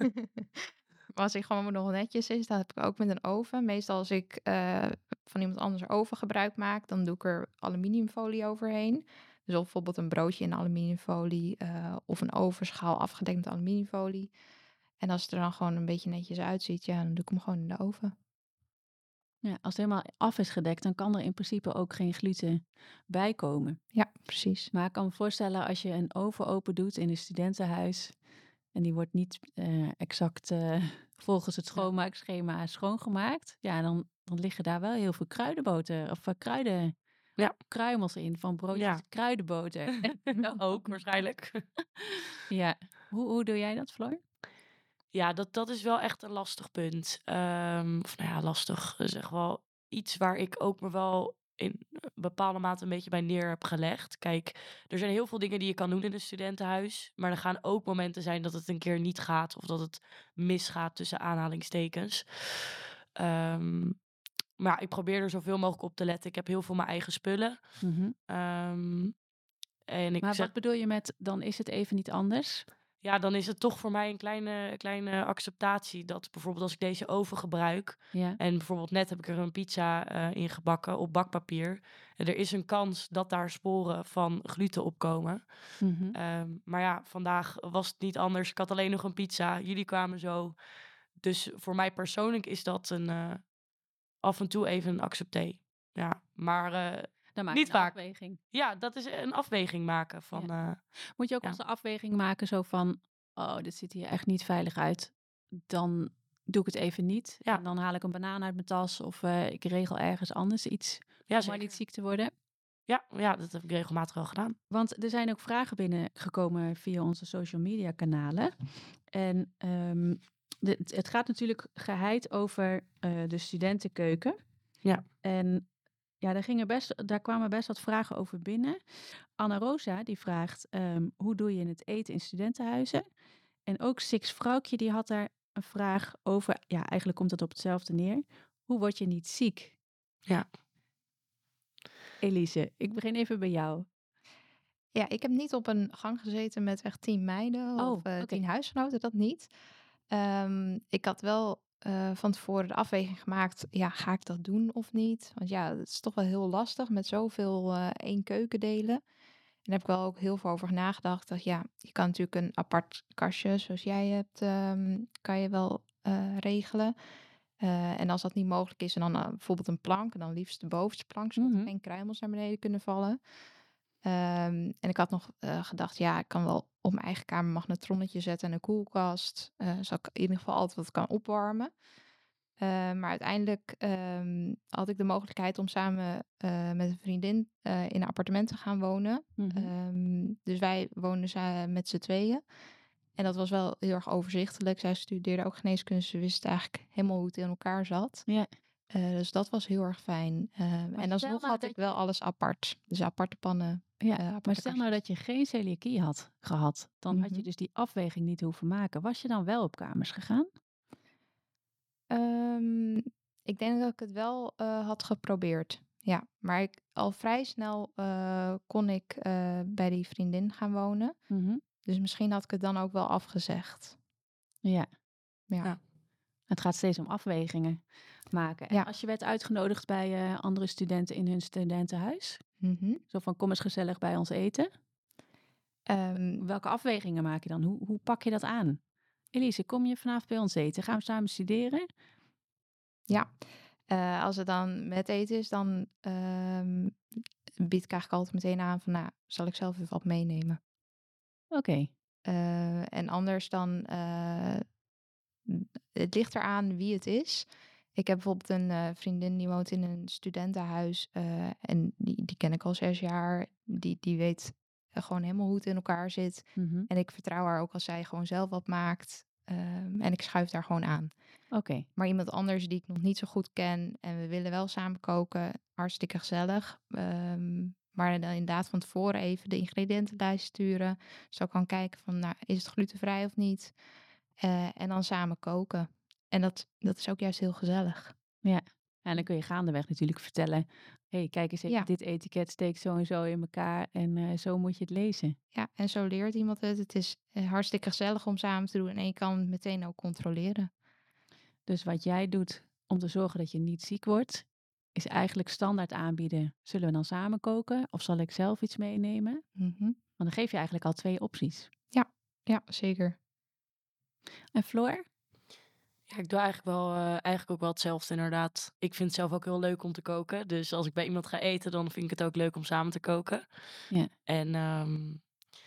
Maar als ik gewoon nog netjes is, dan heb ik ook met een oven. Meestal als ik uh, van iemand anders een oven gebruik maak, dan doe ik er aluminiumfolie overheen. Dus of bijvoorbeeld een broodje in aluminiumfolie uh, of een ovenschaal afgedekt met aluminiumfolie. En als het er dan gewoon een beetje netjes uitziet, ja, dan doe ik hem gewoon in de oven. Ja, als het helemaal af is gedekt, dan kan er in principe ook geen gluten bij komen. Ja, precies. Maar ik kan me voorstellen als je een oven open doet in een studentenhuis en die wordt niet uh, exact uh, volgens het schoonmaakschema schoongemaakt, ja, dan, dan liggen daar wel heel veel kruidenboter of uh, kruiden, ja. kruimels in van broodjes ja. kruidenboter. Ook waarschijnlijk. Ja, hoe, hoe doe jij dat, Floor? Ja, dat, dat is wel echt een lastig punt. Um, of nou ja, lastig. Dat is echt wel iets waar ik ook me wel in bepaalde mate een beetje bij neer heb gelegd. Kijk, er zijn heel veel dingen die je kan doen in een studentenhuis. Maar er gaan ook momenten zijn dat het een keer niet gaat. Of dat het misgaat tussen aanhalingstekens. Um, maar ik probeer er zoveel mogelijk op te letten. Ik heb heel veel mijn eigen spullen. Mm-hmm. Um, en ik maar zeg... wat bedoel je met, dan is het even niet anders? Ja, dan is het toch voor mij een kleine, kleine acceptatie dat bijvoorbeeld als ik deze oven gebruik ja. en bijvoorbeeld net heb ik er een pizza uh, in gebakken op bakpapier. En er is een kans dat daar sporen van gluten opkomen. Mm-hmm. Um, maar ja, vandaag was het niet anders. Ik had alleen nog een pizza. Jullie kwamen zo. Dus voor mij persoonlijk is dat een uh, af en toe even een accepté. Ja, maar... Uh, Dan maak niet je een vaak. afweging. Ja, dat is een afweging maken van... Ja. Uh, Moet je ook ja. als een afweging maken zo van... oh, dit ziet hier echt niet veilig uit. Dan doe ik het even niet. Ja. En dan haal ik een banaan uit mijn tas... of uh, ik regel ergens anders iets... Ja, om maar niet ziek te worden. Ja, ja, dat heb ik regelmatig wel gedaan. Want er zijn ook vragen binnengekomen... via onze social media kanalen. En um, de, het gaat natuurlijk geheid over uh, de studentenkeuken. Ja. En... Ja, daar, gingen best, daar kwamen best wat vragen over binnen. Anna Rosa die vraagt, um, hoe doe je het eten in studentenhuizen? En ook Six Vrouwtje die had daar een vraag over. Ja, eigenlijk komt het op hetzelfde neer. Hoe word je niet ziek? Ja. Elise, ik begin even bij jou. Ja, ik heb niet op een gang gezeten met echt tien meiden oh, of uh, okay. tien huisgenoten, dat niet. Um, ik had wel... Uh, van tevoren de afweging gemaakt, ja, ga ik dat doen of niet? Want ja, het is toch wel heel lastig met zoveel uh, één keuken delen. En daar heb ik wel ook heel veel over nagedacht. Dat ja, je kan natuurlijk een apart kastje, zoals jij hebt, um, kan je wel uh, regelen. Uh, en als dat niet mogelijk is, en dan uh, bijvoorbeeld een plank, en dan liefst de bovenste plank, zodat mm-hmm. er geen kruimels naar beneden kunnen vallen. Um, en ik had nog uh, gedacht, ja, ik kan wel op mijn eigen kamer een magnetronnetje zetten en een koelkast. Uh, zodat ik in ieder geval altijd wat kan opwarmen. Uh, maar uiteindelijk um, had ik de mogelijkheid om samen uh, met een vriendin uh, in een appartement te gaan wonen. Mm-hmm. Um, dus wij woonden uh, met z'n tweeën. En dat was wel heel erg overzichtelijk. Zij studeerde ook geneeskunde. Ze wist eigenlijk helemaal hoe het in elkaar zat. Ja. Uh, dus dat was heel erg fijn. Uh, en alsnog nou had ik wel je... alles apart. Dus aparte pannen. Ja, uh, aparte maar stel nou dat je geen celiakie had gehad. Dan mm-hmm. had je dus die afweging niet hoeven maken. Was je dan wel op kamers gegaan? Um, ik denk dat ik het wel uh, had geprobeerd. Ja, maar ik, al vrij snel uh, kon ik uh, bij die vriendin gaan wonen. Mm-hmm. Dus misschien had ik het dan ook wel afgezegd. Ja. Ja. ja. Het gaat steeds om afwegingen maken. En ja. als je werd uitgenodigd bij uh, andere studenten in hun studentenhuis. Mm-hmm. Zo van, kom eens gezellig bij ons eten. Um, welke afwegingen maak je dan? Hoe, hoe pak je dat aan? Elise, kom je vanavond bij ons eten? Gaan we samen studeren? Ja, uh, als het dan met eten is, dan um, bied ik eigenlijk altijd meteen aan van, nou, zal ik zelf even wat meenemen? Oké. Okay. Uh, en anders dan, uh, het ligt eraan wie het is. Ik heb bijvoorbeeld een uh, vriendin die woont in een studentenhuis uh, en die, die ken ik al zes jaar. Die, die weet gewoon helemaal hoe het in elkaar zit. Mm-hmm. En ik vertrouw haar ook als zij gewoon zelf wat maakt. Um, en ik schuif daar gewoon aan. Oké. Okay. Maar iemand anders die ik nog niet zo goed ken en we willen wel samen koken, hartstikke gezellig. Um, maar dan inderdaad van tevoren even de ingrediëntenlijst sturen. Zo kan kijken van, nou, is het glutenvrij of niet? Uh, en dan samen koken. En dat, dat is ook juist heel gezellig. Ja, en dan kun je gaandeweg natuurlijk vertellen, hé, hey, kijk eens even, ja. dit etiket steekt zo en zo in elkaar en uh, zo moet je het lezen. Ja, en zo leert iemand het. Het is uh, hartstikke gezellig om samen te doen en je kan het meteen ook controleren. Dus wat jij doet om te zorgen dat je niet ziek wordt, is eigenlijk standaard aanbieden. Zullen we dan samen koken of zal ik zelf iets meenemen? Mm-hmm. Want dan geef je eigenlijk al twee opties. Ja, ja, zeker. En Floor? Ja, ik doe eigenlijk, wel, uh, eigenlijk ook wel hetzelfde inderdaad. Ik vind het zelf ook heel leuk om te koken. Dus als ik bij iemand ga eten, dan vind ik het ook leuk om samen te koken. Ja. En um,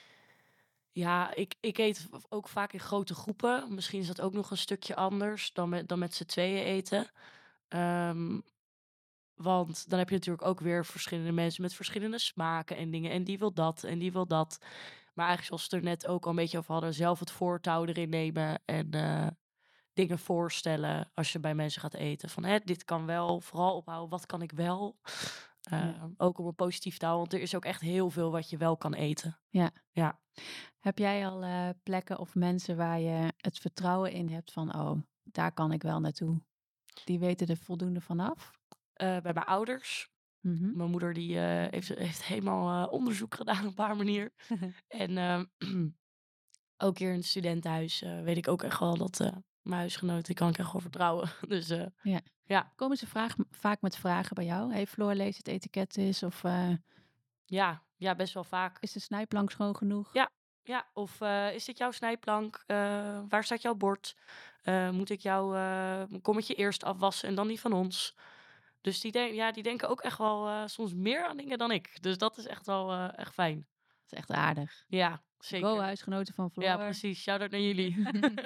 ja, ik, ik eet ook vaak in grote groepen. Misschien is dat ook nog een stukje anders dan met, dan met z'n tweeën eten. Um, want dan heb je natuurlijk ook weer verschillende mensen met verschillende smaken en dingen. En die wil dat en die wil dat. Maar eigenlijk zoals we het er net ook al een beetje over hadden, zelf het voortouw erin nemen en uh, dingen voorstellen als je bij mensen gaat eten. Van hè, dit kan wel, vooral ophouden, wat kan ik wel? Uh, ja. Ook om een positief te houden, want er is ook echt heel veel wat je wel kan eten. Ja. Ja. Heb jij al uh, plekken of mensen waar je het vertrouwen in hebt van, oh, daar kan ik wel naartoe? Die weten er voldoende vanaf? Uh, bij mijn ouders. Mm-hmm. Mijn moeder die uh, heeft, heeft helemaal uh, onderzoek gedaan op haar manier. en uh, ook hier in het studentenhuis uh, weet ik ook echt wel dat uh, mijn huisgenoten, die kan ik echt wel vertrouwen. dus uh, ja. ja. Komen ze vraag, vaak met vragen bij jou? Hey Floor, lees het etiket eens? Of, uh, ja, ja, best wel vaak. Is de snijplank schoon genoeg? Ja, ja. Of uh, is dit jouw snijplank? Uh, waar staat jouw bord? Uh, moet ik jouw uh, kommetje eerst afwassen en dan die van ons? Dus die, denk, ja, die denken ook echt wel uh, soms meer aan dingen dan ik. Dus dat is echt wel uh, echt fijn. Dat is echt aardig. Ja, zeker. Go, huisgenoten van Floor. Ja, precies. Shout-out naar jullie.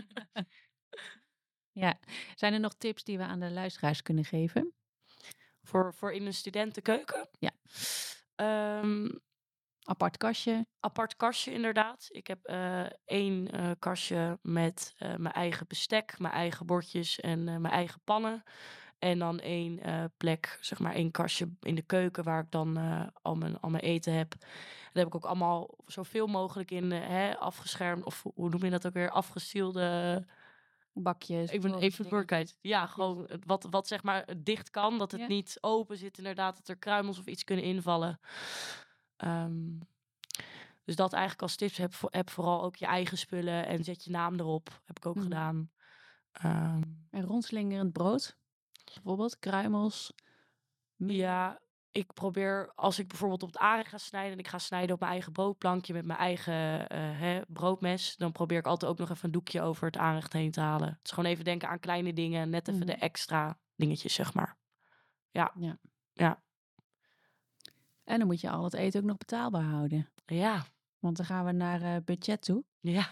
ja. Zijn er nog tips die we aan de luisteraars kunnen geven? Voor, voor in een studentenkeuken? Ja. Um, apart kastje? Apart kastje, inderdaad. Ik heb uh, één uh, kastje met uh, mijn eigen bestek, mijn eigen bordjes en uh, mijn eigen pannen. En dan één uh, plek, zeg maar één kastje in de keuken waar ik dan uh, al, mijn, al mijn eten heb. Daar heb ik ook allemaal zoveel mogelijk in uh, hè, afgeschermd. Of hoe noem je dat ook weer? Afgesielde bakjes. Ik ben even het woord. Ja, gewoon wat, wat zeg maar dicht kan. Dat het ja. niet open zit inderdaad. Dat er kruimels of iets kunnen invallen. Um, dus dat eigenlijk als tips. Heb, heb vooral ook je eigen spullen en zet je naam erop. Heb ik ook mm. gedaan. Um, en rondslingerend brood? Bijvoorbeeld kruimels? Ja, ik probeer als ik bijvoorbeeld op het aanrecht ga snijden en ik ga snijden op mijn eigen broodplankje met mijn eigen uh, hè, broodmes, dan probeer ik altijd ook nog even een doekje over het aanrecht heen te halen. Het is gewoon even denken aan kleine dingen, net even mm. de extra dingetjes, zeg maar. Ja. ja. ja. En dan moet je al het eten ook nog betaalbaar houden. Ja, Want dan gaan we naar uh, budget toe. ja.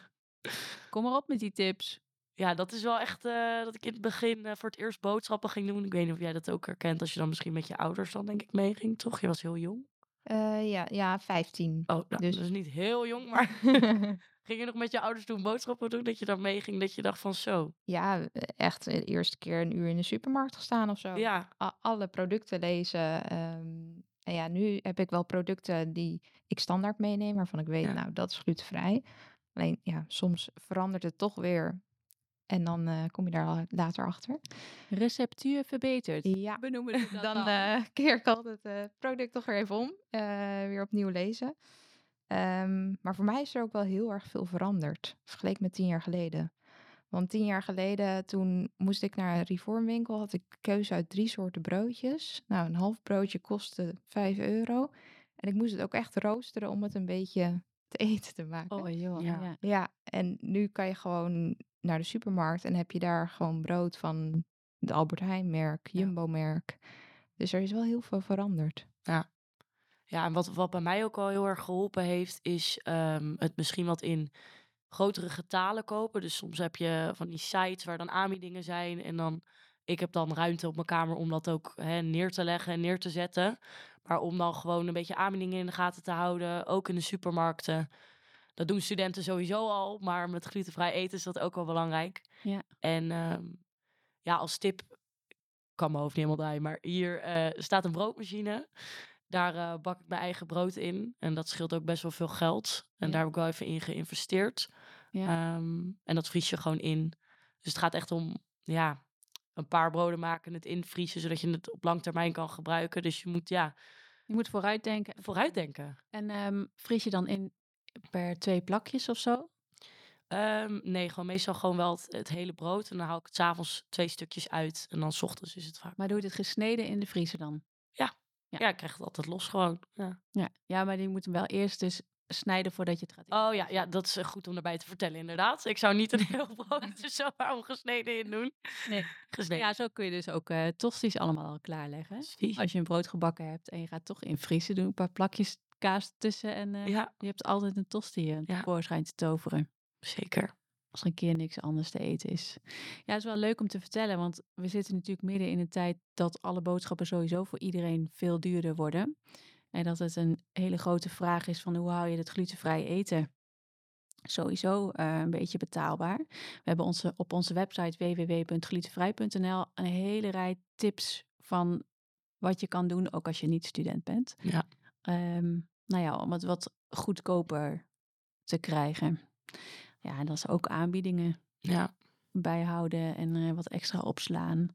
Kom maar op met die tips. Ja, dat is wel echt uh, dat ik in het begin uh, voor het eerst boodschappen ging doen. Ik weet niet of jij dat ook herkent. Als je dan misschien met je ouders dan denk ik meeging, toch? Je was heel jong. Uh, ja, ja, vijftien. Oh, nou, dus... dat is niet heel jong, maar ging je nog met je ouders toen boodschappen doen? Dat je dan meeging, dat je dacht van zo? Ja, echt de eerste keer een uur in de supermarkt gestaan of zo. Ja. A- alle producten lezen. Um, en ja, nu heb ik wel producten die ik standaard meeneem, waarvan ik weet, ja. nou, dat is glutenvrij. Alleen, ja, soms verandert het toch weer. En dan uh, kom je daar later achter. Receptuur verbeterd. Ja, benoemen we dat dan. Dan uh, keer ik altijd het uh, product toch weer even om. Uh, weer opnieuw lezen. Um, maar voor mij is er ook wel heel erg veel veranderd. Vergeleken met tien jaar geleden. Want tien jaar geleden, toen moest ik naar een reformwinkel. Had ik keuze uit drie soorten broodjes. Nou, een half broodje kostte vijf euro. En ik moest het ook echt roosteren om het een beetje te eten te maken. Oh joh, ja. ja. Ja, en nu kan je gewoon naar de supermarkt en heb je daar gewoon brood van de Albert Heijn merk, Jumbo merk. Dus er is wel heel veel veranderd. Ja. Ja, en wat, wat bij mij ook al heel erg geholpen heeft, is um, het misschien wat in grotere getalen kopen. Dus soms heb je van die sites waar dan aanbiedingen zijn. En dan, ik heb dan ruimte op mijn kamer om dat ook hè, neer te leggen en neer te zetten. Maar om dan gewoon een beetje aanbiedingen in de gaten te houden, ook in de supermarkten. Dat doen studenten sowieso al, maar met glutenvrij eten is dat ook wel belangrijk. Ja. En um, ja, als tip, ik kan mijn hoofd niet helemaal draaien, maar hier uh, staat een broodmachine. Daar uh, bak ik mijn eigen brood in. En dat scheelt ook best wel veel geld. En ja. daar heb ik wel even in geïnvesteerd. Ja. Um, en dat vries je gewoon in. Dus het gaat echt om ja, een paar broden maken, het invriezen, zodat je het op lang termijn kan gebruiken. Dus je moet ja... Je moet vooruitdenken. Vooruitdenken. En um, vries je dan in per twee plakjes of zo? Um, nee, gewoon meestal gewoon wel het, het hele brood. En dan haal ik het 's avonds twee stukjes uit. En dan 's ochtends is het vaak. Maar doe je het gesneden in de vriezer dan? Ja. Ja, ja, ik krijg het altijd los gewoon. Ja, ja. ja maar je moet hem wel eerst dus snijden voordat je het gaat eten. Oh ja, ja, dat is goed om erbij te vertellen inderdaad. Ik zou niet een heel brood er zo ongesneden in doen. Nee. Gesneden. Ja, zo kun je dus ook uh, tosties allemaal al klaarleggen. Zie. Als je een brood gebakken hebt en je gaat toch invriezen, doe een paar plakjes kaas tussen en uh, ja. je hebt altijd een tosti uh, ja. tevoorschijn te toveren. Zeker. Als er een keer niks anders te eten is. Ja, het is wel leuk om te vertellen, want we zitten natuurlijk midden in een tijd dat alle boodschappen sowieso voor iedereen veel duurder worden. En dat het een hele grote vraag is van hoe hou je het glutenvrij eten sowieso uh, een beetje betaalbaar. We hebben onze, op onze website w w w punt glutenvrij punt n l een hele rij tips van wat je kan doen, ook als je niet student bent. Ja. Um, nou ja, om het wat goedkoper te krijgen. Ja, en dat is ook aanbiedingen ja. bijhouden en uh, wat extra opslaan.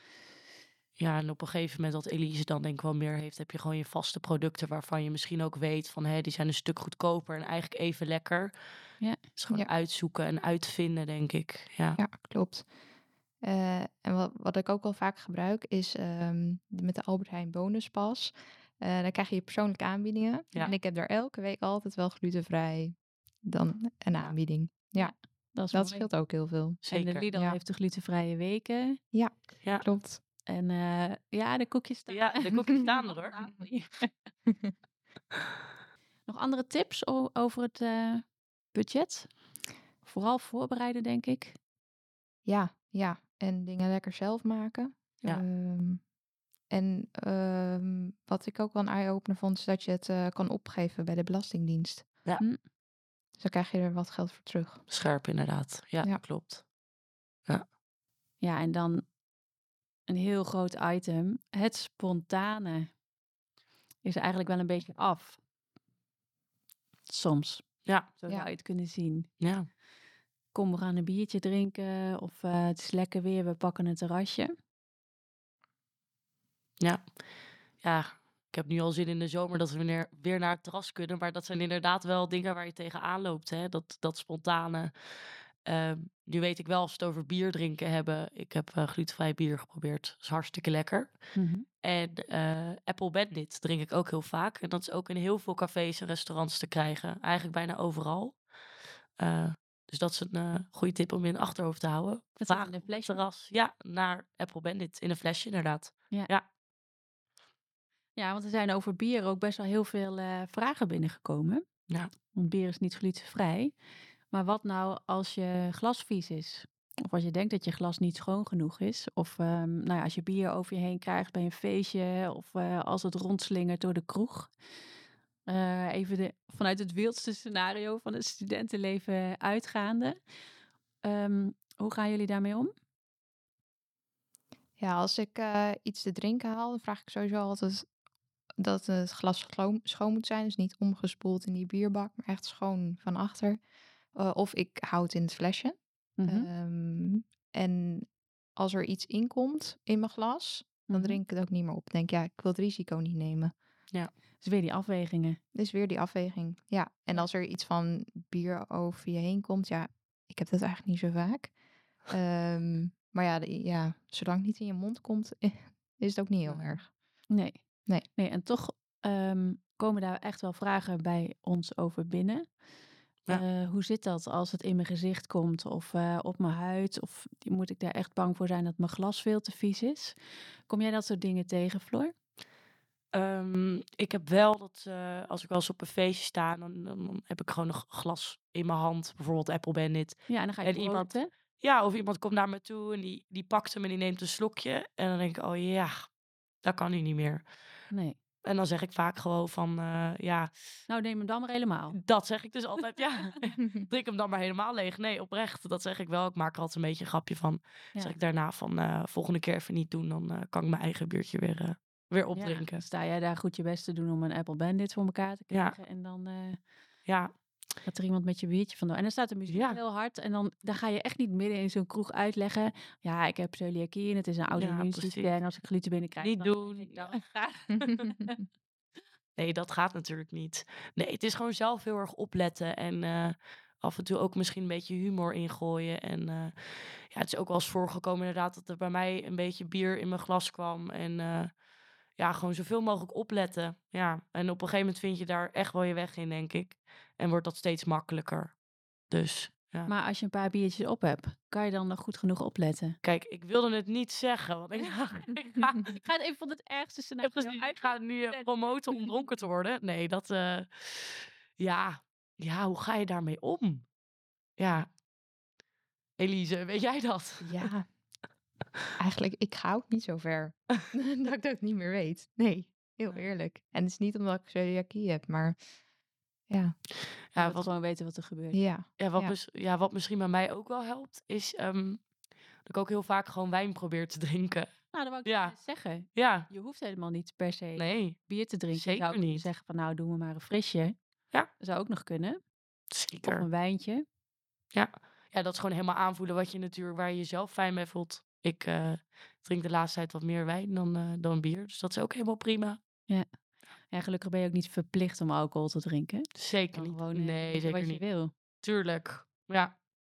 Ja, en op een gegeven moment dat Elise dan denk ik wel meer heeft, heb je gewoon je vaste producten waarvan je misschien ook weet van hé, die zijn een stuk goedkoper en eigenlijk even lekker. Ja. Het is gewoon ja. uitzoeken en uitvinden, denk ik. Ja, ja klopt. Uh, en wat, wat ik ook wel vaak gebruik is um, met de Albert Heijn bonuspas. Uh, dan krijg je persoonlijke aanbiedingen. Ja. En ik heb daar elke week altijd wel glutenvrij dan een aanbieding. Ja, ja dat, is dat scheelt ook heel veel. Zeker. En de Lidl ja. heeft de glutenvrije weken. Ja, ja. klopt. En uh, ja, de koekjes staan. Ja, de koekjes staan er hoor. Nog andere tips o- over het uh, budget? Vooral voorbereiden, denk ik. Ja, ja. En dingen lekker zelf maken. Ja. Um, en um, wat ik ook wel een eye-opener vond, is dat je het uh, kan opgeven bij de Belastingdienst. Ja. Hm. Dus dan krijg je er wat geld voor terug. Scherp inderdaad. Ja, ja. klopt. Ja. Ja, en dan een heel groot item. Het spontane is eigenlijk wel een beetje af. Soms. Ja. Zo zou ja. je het kunnen zien. Ja. Kom, we gaan een biertje drinken. Of uh, het is lekker weer, we pakken een terrasje. Ja. Ja, ik heb nu al zin in de zomer dat we weer, weer naar het terras kunnen. Maar dat zijn inderdaad wel dingen waar je tegenaan loopt. Hè? Dat, dat spontane. Uh, nu weet ik wel, als we het over bier drinken hebben. Ik heb uh, glutenvrij bier geprobeerd. Dat is hartstikke lekker. Mm-hmm. En uh, Apple Bandit drink ik ook heel vaak. En dat is ook in heel veel cafés en restaurants te krijgen. Eigenlijk bijna overal. Uh, dus dat is een uh, goede tip om in het achterhoofd te houden. Dat Vaag in een flesje. Terras. Ja, naar Apple Bandit. In een flesje inderdaad. Ja. ja. Ja, want er zijn over bier ook best wel heel veel uh, vragen binnengekomen. Ja. Want bier is niet glutenvrij. Maar wat nou als je glas vies is? Of als je denkt dat je glas niet schoon genoeg is. Of um, nou ja, als je bier over je heen krijgt bij een feestje. Of uh, als het rondslingert door de kroeg. Uh, even de, vanuit het wildste scenario van het studentenleven uitgaande. Um, hoe gaan jullie daarmee om? Ja, als ik uh, iets te drinken haal, dan vraag ik sowieso altijd dat het glas schoon, schoon moet zijn. Dus niet omgespoeld in die bierbak, maar echt schoon van achter. Uh, of ik hou het in het flesje. Mm-hmm. Um, en als er iets in komt in mijn glas, dan mm-hmm. drink ik het ook niet meer op. Ik denk, ja, ik wil het risico niet nemen. Ja, dus weer die afwegingen. Dus weer die afweging, ja. En als er iets van bier over je heen komt, ja, ik heb dat eigenlijk niet zo vaak. Um, maar ja, de, ja, zolang het niet in je mond komt, is het ook niet heel erg. Nee. Nee. nee en toch um, komen daar echt wel vragen bij ons over binnen. Ja. Uh, hoe zit dat als het in mijn gezicht komt of uh, op mijn huid? Of moet ik daar echt bang voor zijn dat mijn glas veel te vies is? Kom jij dat soort dingen tegen, Floor? Um, ik heb wel dat uh, als ik wel eens op een feestje sta, dan, dan, dan heb ik gewoon een glas in mijn hand. Bijvoorbeeld Apple Bandit. Ja, en dan ga je en iemand, hè? Ja, of iemand komt naar me toe en die, die pakt hem en die neemt een slokje. En dan denk ik, oh ja, dat kan nu niet meer. Nee. En dan zeg ik vaak gewoon van, uh, ja... Nou, neem hem dan maar helemaal. Dat zeg ik dus altijd, ja. Drink hem dan maar helemaal leeg. Nee, oprecht, dat zeg ik wel. Ik maak er altijd een beetje een grapje van. Ja. Zeg ik daarna van, uh, volgende keer even niet doen. Dan uh, kan ik mijn eigen biertje weer, uh, weer opdrinken. Ja, sta jij daar goed je best te doen om een Apple Bandit voor elkaar te krijgen. Ja. En dan... Uh... Ja. Dat er iemand met je biertje vandoor. En dan staat de muziek ja. heel hard. En dan, dan ga je echt niet midden in zo'n kroeg uitleggen. Ja, ik heb celiakie en het is een auto-immuunziekte. Ja, en als ik gluten binnenkrijg... Niet dan doen. Ik dan ja. Nee, dat gaat natuurlijk niet. Nee, het is gewoon zelf heel erg opletten. En uh, af en toe ook misschien een beetje humor ingooien. En uh, ja, het is ook wel eens voorgekomen inderdaad... dat er bij mij een beetje bier in mijn glas kwam. En... Uh, ja, gewoon zoveel mogelijk opletten. Ja, en op een gegeven moment vind je daar echt wel je weg in, denk ik. En wordt dat steeds makkelijker. Dus, ja. Maar als je een paar biertjes op hebt, kan je dan nog goed genoeg opletten? Kijk, ik wilde het niet zeggen. Want ik, ik, ga, ik ga het even van het ergste scenario uit. Ik ga het nu uh, promoten om dronken te worden. Nee, dat... Uh, ja, ja, hoe ga je daarmee om? Ja. Elise, weet jij dat? Ja. Eigenlijk, ik ga ook niet zo ver dat ik dat niet meer weet. Nee, heel eerlijk. En het is niet omdat ik celiakie heb, maar ja. Ja, wat gewoon weten wat er gebeurt. Ja. Ja, wat, ja. Mis, ja, wat misschien bij mij ook wel helpt, is um, dat ik ook heel vaak gewoon wijn probeer te drinken. Nou, dat wou ik ja. zeggen. Ja. Je hoeft helemaal niet per se nee, bier te drinken. Zeker zou ik niet. zeggen van nou, doen we maar een frisje. Ja. Dat zou ook nog kunnen. Zeker. Of een wijntje. Ja. Ja, dat is gewoon helemaal aanvoelen wat je natuurlijk, waar je jezelf fijn bij voelt. Ik uh, drink de laatste tijd wat meer wijn dan, uh, dan bier. Dus dat is ook helemaal prima. Ja. Ja, gelukkig ben je ook niet verplicht om alcohol te drinken. Zeker niet. Gewoon, nee, zeker wat niet. je wil. Tuurlijk. Ja.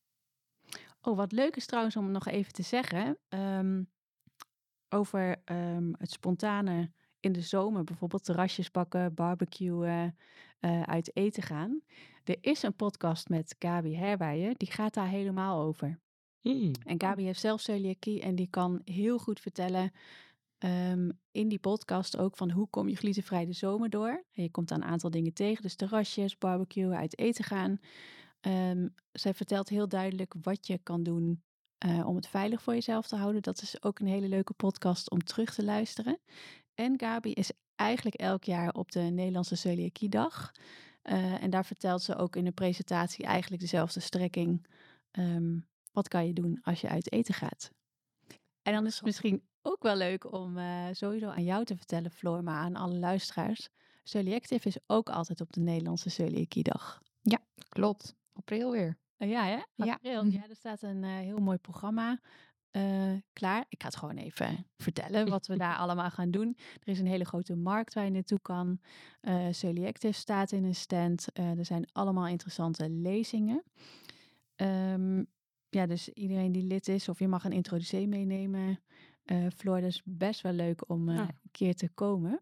Oh, wat leuk is trouwens om nog even te zeggen. Um, over um, het spontane in de zomer. Bijvoorbeeld terrasjes pakken, barbecuen, uh, uit eten gaan. Er is een podcast met Gabi Herwijen. Die gaat daar helemaal over. Mm. En Gabi heeft zelf celiakie en die kan heel goed vertellen um, in die podcast ook van hoe kom je glutenvrij de zomer door. En je komt aan een aantal dingen tegen, dus terrasjes, barbecuen, uit eten gaan. Um, zij vertelt heel duidelijk wat je kan doen uh, om het veilig voor jezelf te houden. Dat is ook een hele leuke podcast om terug te luisteren. En Gabi is eigenlijk elk jaar op de Nederlandse Celiakiedag. Uh, en daar vertelt ze ook in de presentatie eigenlijk dezelfde strekking. Um, wat kan je doen als je uit eten gaat? En dan is het misschien ook wel leuk om uh, sowieso aan jou te vertellen, Floor, maar aan alle luisteraars. Celiactive is ook altijd op de Nederlandse Celiakiedag. Ja, klopt. April weer. Uh, ja, hè? April. Ja, ja, er staat een uh, heel mooi programma uh, klaar. Ik ga het gewoon even vertellen wat we daar allemaal gaan doen. Er is een hele grote markt waar je naartoe kan. Uh, Celiactive staat in een stand. Uh, er zijn allemaal interessante lezingen. Um, ja, dus iedereen die lid is, of je mag een introducee meenemen. Uh, Floor, dat is best wel leuk om uh, ja. een keer te komen.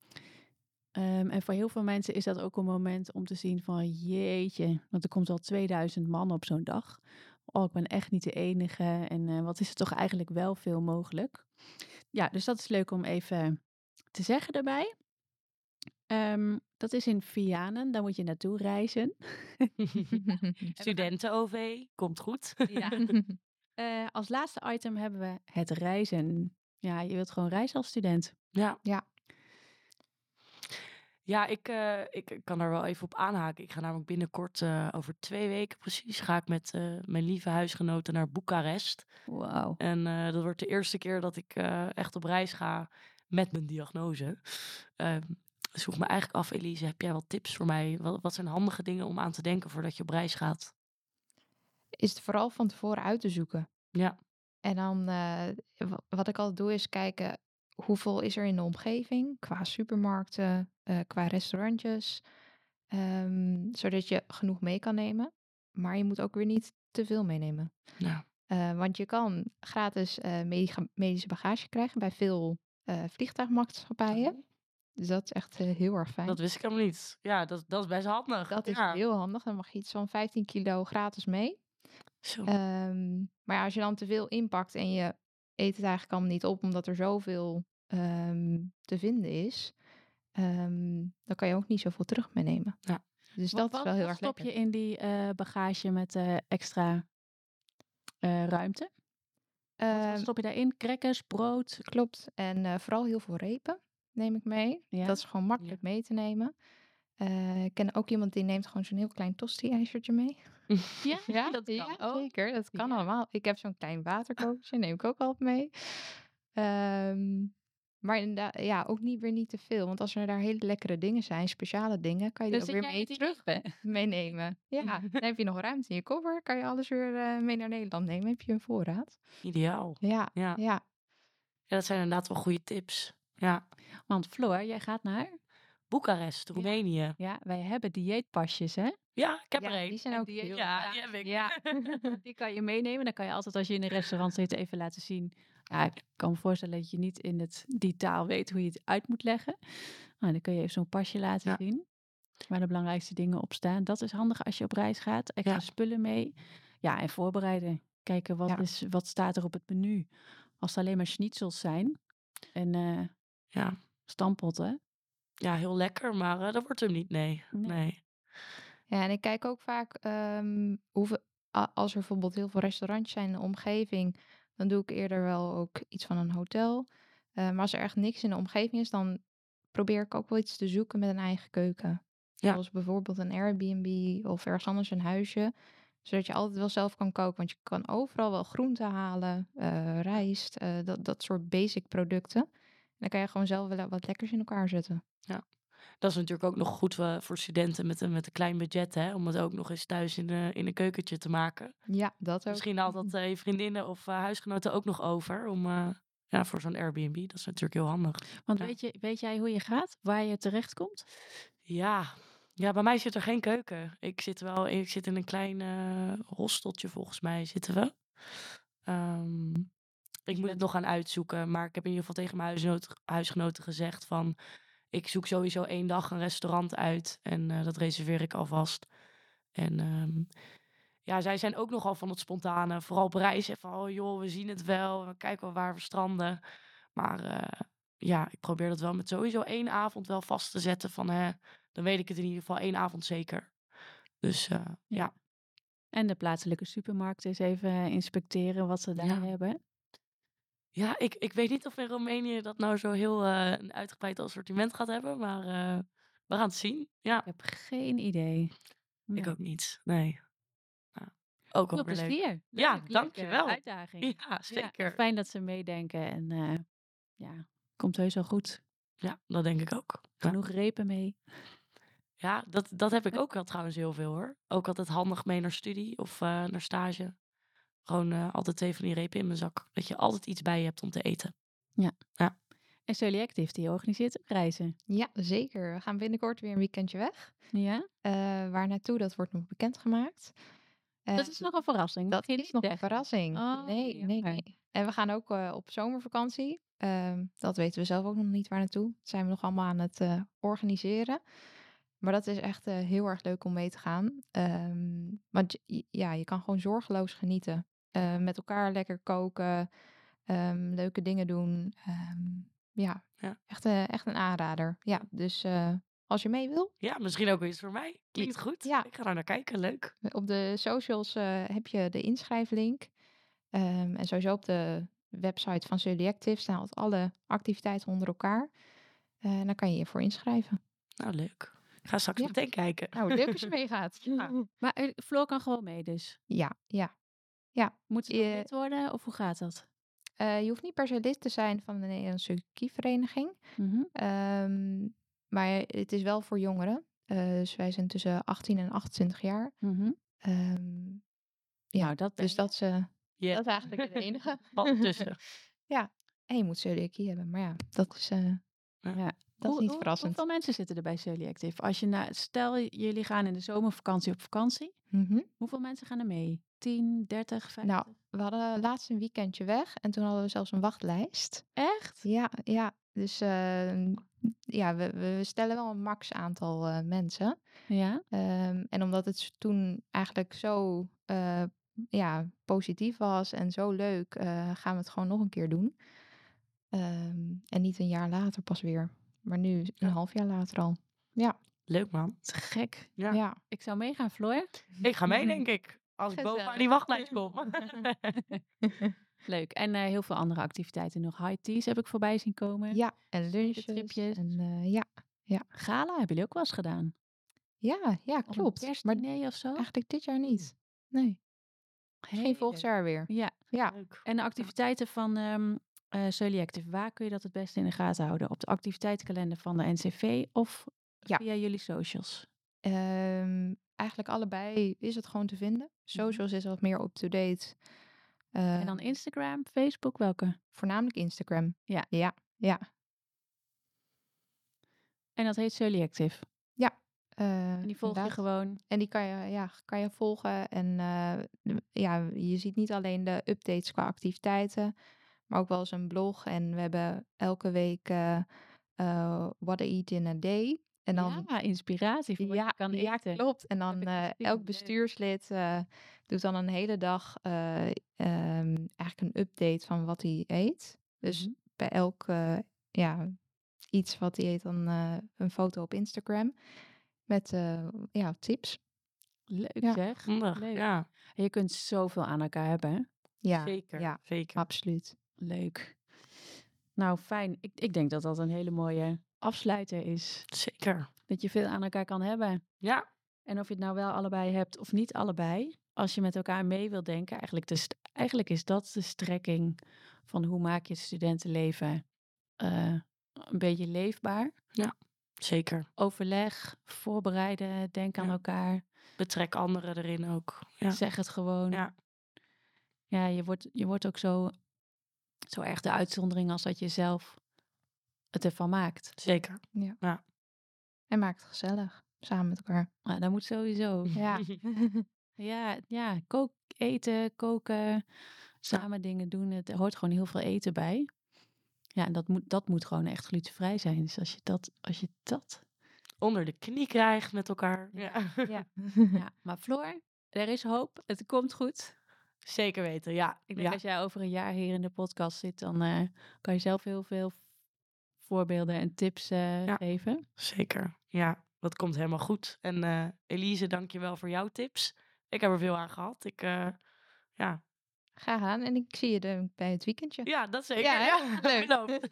Um, en voor heel veel mensen is dat ook een moment om te zien van jeetje, want er komt al tweeduizend man op zo'n dag. Oh, ik ben echt niet de enige. En uh, wat is er toch eigenlijk wel veel mogelijk? Ja, dus dat is leuk om even te zeggen daarbij. Ehm, dat is in Vianen, daar moet je naartoe reizen. Studenten-O V, komt goed. Ja. Eh, als laatste item hebben we het reizen. Ja, je wilt gewoon reizen als student. Ja. Ja. Ja, ik, uh, ik, ik kan er wel even op aanhaken. Ik ga namelijk binnenkort, uh, over twee weken precies, ga ik met uh, mijn lieve huisgenoten naar Boekarest. Wauw. En uh, dat wordt de eerste keer dat ik uh, echt op reis ga met mijn diagnose. Uh, dus vroeg me eigenlijk af, Elise, heb jij wat tips voor mij? Wat, wat zijn handige dingen om aan te denken voordat je op reis gaat? Is het vooral van tevoren uit te zoeken. Ja. En dan, uh, wat ik altijd doe, is kijken hoeveel is er in de omgeving qua supermarkten, uh, qua restaurantjes. Um, zodat je genoeg mee kan nemen. Maar je moet ook weer niet te veel meenemen. Ja. Uh, want je kan gratis uh, medische, medische bagage krijgen bij veel uh, vliegtuigmaatschappijen. Oh. Dus dat is echt uh, heel erg fijn. Dat wist ik helemaal niet. Ja, dat, dat is best handig. Dat is ja. heel handig. Dan mag je iets van vijftien kilo gratis mee. Zo. Um, maar ja, als je dan te veel inpakt en je eet het eigenlijk allemaal niet op, omdat er zoveel um, te vinden is, um, dan kan je ook niet zoveel terug meenemen. Ja. Dus wat, dat wat, is wel heel erg stop lekker. je in die uh, bagage met uh, extra uh, ruimte? Uh, wat stop je daarin? Crackers, brood? Klopt. En uh, vooral heel veel repen neem ik mee. Ja? Dat is gewoon makkelijk ja. mee te nemen. Uh, ik ken ook iemand die neemt gewoon zo'n heel klein tosti-ijzertje mee. Ja, ja, dat kan ja, ook. Zeker, dat kan ja. allemaal. Ik heb zo'n klein waterkokertje, neem ik ook altijd mee. Um, maar inderdaad, ja, ook niet weer niet te veel. Want als er daar hele lekkere dingen zijn, speciale dingen, kan je die dus ook weer mee terug meenemen. Ja, dan heb je nog ruimte in je koffer. Kan je alles weer uh, mee naar Nederland nemen. Heb je een voorraad. Ideaal. Ja, ja. ja. ja dat zijn inderdaad wel goede tips. Ja. Want Floor, jij gaat naar Boekarest, Roemenië. Ja, ja, wij hebben dieetpasjes, hè? Ja, ik heb ja, er een. Die zijn ook dieet, heel ja, die heb ik. Ja. Die kan je meenemen. Dan kan je altijd als je in een restaurant zit even laten zien. Ja, ik kan me voorstellen dat je niet in het, die taal weet hoe je het uit moet leggen. Nou, dan kun je even zo'n pasje laten ja. zien. Waar de belangrijkste dingen op staan. Dat is handig als je op reis gaat. Extra ja. spullen mee. Ja, en voorbereiden. Kijken wat, ja. is, wat staat er op het menu. Als het alleen maar schnitzels zijn. En uh, ja. stampotten. Ja, heel lekker, maar uh, dat wordt hem niet, nee. nee. nee. Ja, en ik kijk ook vaak um, hoeveel, als er bijvoorbeeld heel veel restaurantjes zijn in de omgeving, dan doe ik eerder wel ook iets van een hotel. Uh, maar als er echt niks in de omgeving is, dan probeer ik ook wel iets te zoeken met een eigen keuken. Ja. Zoals bijvoorbeeld een Airbnb of ergens anders een huisje. Zodat je altijd wel zelf kan koken. Want je kan overal wel groenten halen, uh, rijst, uh, dat, dat soort basic producten. En dan kan je gewoon zelf wel wat lekkers in elkaar zetten. Ja. Dat is natuurlijk ook nog goed uh, voor studenten met een, met een klein budget, hè? Om het ook nog eens thuis in, de, in een keukentje te maken. Ja, dat ook. Misschien altijd uh, je vriendinnen of uh, huisgenoten ook nog over om, uh, ja, voor zo'n Airbnb. Dat is natuurlijk heel handig. Want ja. weet, je, weet jij hoe je gaat? Waar je terecht komt? Ja. ja, bij mij zit er geen keuken. Ik zit wel ik zit in een klein uh, hosteltje volgens mij zitten we. Um, ik moet het nog gaan uitzoeken. Maar ik heb in ieder geval tegen mijn huisgenoten, huisgenoten gezegd van, ik zoek sowieso één dag een restaurant uit. En uh, dat reserveer ik alvast. En um, ja, zij zijn ook nogal van het spontane. Vooral op reis. Van, oh joh, we zien het wel. We kijken wel waar we stranden. Maar uh, ja, ik probeer dat wel met sowieso één avond wel vast te zetten. Van, hè, dan weet ik het in ieder geval één avond zeker. Dus uh, ja. ja. En de plaatselijke supermarkt eens even inspecteren wat ze daar ja. hebben. Ja, ik, ik weet niet of in Roemenië dat nou zo heel uh, een uitgebreid assortiment gaat hebben. Maar uh, we gaan het zien. Ja. Ik heb geen idee. Nee. Ik ook niet. Nee. Nou, ook Veel weer plezier. leuk. Ja, dankjewel. Uitdaging. Ja, zeker. Ja, fijn dat ze meedenken. En uh, ja, komt heus wel goed. Ja, dat denk ik ook. Genoeg ja. repen mee. Ja, dat, dat heb ik ook wel trouwens heel veel hoor. Ook altijd handig mee naar studie of uh, naar stage. Gewoon uh, altijd twee van die repen in mijn zak. Dat je altijd iets bij je hebt om te eten. Ja. ja. En Solie Active, die organiseert reizen. Ja, zeker. We gaan binnenkort weer een weekendje weg. Ja. Uh, waar naartoe, dat wordt nog bekendgemaakt. Uh, dat is nog een verrassing. Dat is nog een verrassing. Oh, nee, nee, nee. En we gaan ook uh, op zomervakantie. Uh, dat weten we zelf ook nog niet waar naartoe. Dat zijn we nog allemaal aan het uh, organiseren. Maar dat is echt uh, heel erg leuk om mee te gaan. Um, want ja, je kan gewoon zorgeloos genieten. Uh, met elkaar lekker koken. Um, leuke dingen doen. Um, ja, ja, echt, uh, echt een aanrader. Ja, dus uh, als je mee wil. Ja, misschien ook iets voor mij. Klinkt goed. Ja. Ik ga daar naar kijken. Leuk. Op de socials uh, heb je de inschrijflink. Um, en sowieso op de website van Celiactive staan altijd alle activiteiten onder elkaar. Uh, en dan kan je je voor inschrijven. Nou, leuk. Ik ga straks Ja. meteen kijken. Nou, leuk als je meegaat. Ja. Maar uh, Floor kan gewoon mee dus? Ja, ja. ja. Moet je uh, lid worden of hoe gaat dat? Uh, je hoeft niet per se lid te zijn van de Nederlandse Ski-vereniging. Mm-hmm. Um, maar het is wel voor jongeren. Uh, dus wij zijn tussen achttien en achtentwintig jaar. Mm-hmm. Um, ja, nou, dat dus dat is, uh, yeah. dat is eigenlijk het enige. Wat tussen. Ja, en je moet celiakie hebben. Maar ja, dat is, uh, ja. dat hoe, is niet hoe, verrassend. Hoeveel mensen zitten er bij Celiactive? Als je na, stel, jullie gaan in de zomervakantie op vakantie. Mm-hmm. Hoeveel mensen gaan er mee? tien, dertig, vijftig? Nou, we hadden laatst een weekendje weg. En toen hadden we zelfs een wachtlijst. Echt? Ja, ja. Dus uh, ja, we, we stellen wel een max aantal uh, mensen. Ja. Um, en omdat het toen eigenlijk zo uh, ja, positief was en zo leuk, uh, gaan we het gewoon nog een keer doen. Um, en niet een jaar later pas weer. Maar nu een ja. half jaar later al. Ja. Leuk man. Het is gek. Ja. ja. Ik zou meegaan, Floor. Ik ga mee, denk ik. Als ik boven aan die wachtlijst kom. Leuk. En uh, heel veel andere activiteiten nog. High teas heb ik voorbij zien komen. Ja, en lunches. Tripjes. En uh, ja. ja. Gala hebben jullie ook wel eens gedaan? Ja, ja, klopt. Kerstdiner maar of zo? Eigenlijk dit jaar niet. Nee. Misschien hey, volgend jaar weer. Ja. ja. Leuk. En de activiteiten van um, uh, Celiactive, waar kun je dat het beste in de gaten houden? Op de activiteitenkalender van de N C V of ja. via jullie socials? Um, eigenlijk allebei is het gewoon te vinden. Socials is wat meer up-to-date. Uh, en dan Instagram, Facebook, welke? Voornamelijk Instagram. Ja. Ja, ja. En dat heet Celiactive? Ja. Uh, en die volg inderdaad. je gewoon? En die kan je, ja, kan je volgen. En uh, ja, je ziet niet alleen de updates qua activiteiten, maar ook wel eens een blog. En we hebben elke week uh, uh, What I Eat in a Day. En dan, ja, inspiratie voor wat ja, je kan ja, eten. klopt. En dan uh, elk bestuurslid uh, doet dan een hele dag uh, um, eigenlijk een update van wat hij eet. Dus mm-hmm. bij elk uh, ja, iets wat hij eet, dan uh, een foto op Instagram met uh, ja, tips. Leuk ja. zeg. Leuk. Ja. En je kunt zoveel aan elkaar hebben, hè? Ja, zeker. Ja, zeker. Absoluut. Leuk. Nou, fijn. Ik, ik denk dat dat een hele mooie afsluiter is. Zeker. Dat je veel aan elkaar kan hebben. Ja. En of je het nou wel allebei hebt of niet allebei. Als je met elkaar mee wilt denken. Eigenlijk, de st- eigenlijk is dat de strekking van hoe maak je het studentenleven uh, een beetje leefbaar. Ja, zeker. Overleg, voorbereiden, denk aan ja. elkaar. Betrek anderen erin ook. Ja. Zeg het gewoon. Ja, ja je, wordt, je wordt ook zo, zo erg de uitzondering als dat je zelf het ervan maakt. Zeker. Ja. ja. En maakt het gezellig. Samen met elkaar. Nou, dat moet sowieso. Ja. ja, ja, kook, eten, koken, samen ja. dingen doen. Het er hoort gewoon heel veel eten bij. Ja, en dat moet, dat moet gewoon echt glutenvrij zijn. Dus als je dat, als je dat onder de knie krijgt met elkaar. Ja, ja. ja. Maar Floor, er is hoop. Het komt goed. Zeker weten, ja. Ik denk ja. als jij over een jaar hier in de podcast zit, dan uh, kan je zelf heel veel voorbeelden en tips uh, ja. geven. Zeker, ja. Dat komt helemaal goed. En uh, Elise, dank je wel voor jouw tips. Ik heb er veel aan gehad. Ik, uh, ja... Graag aan. En ik zie je er bij het weekendje. Ja, dat zeker. Ja, ja. Leuk.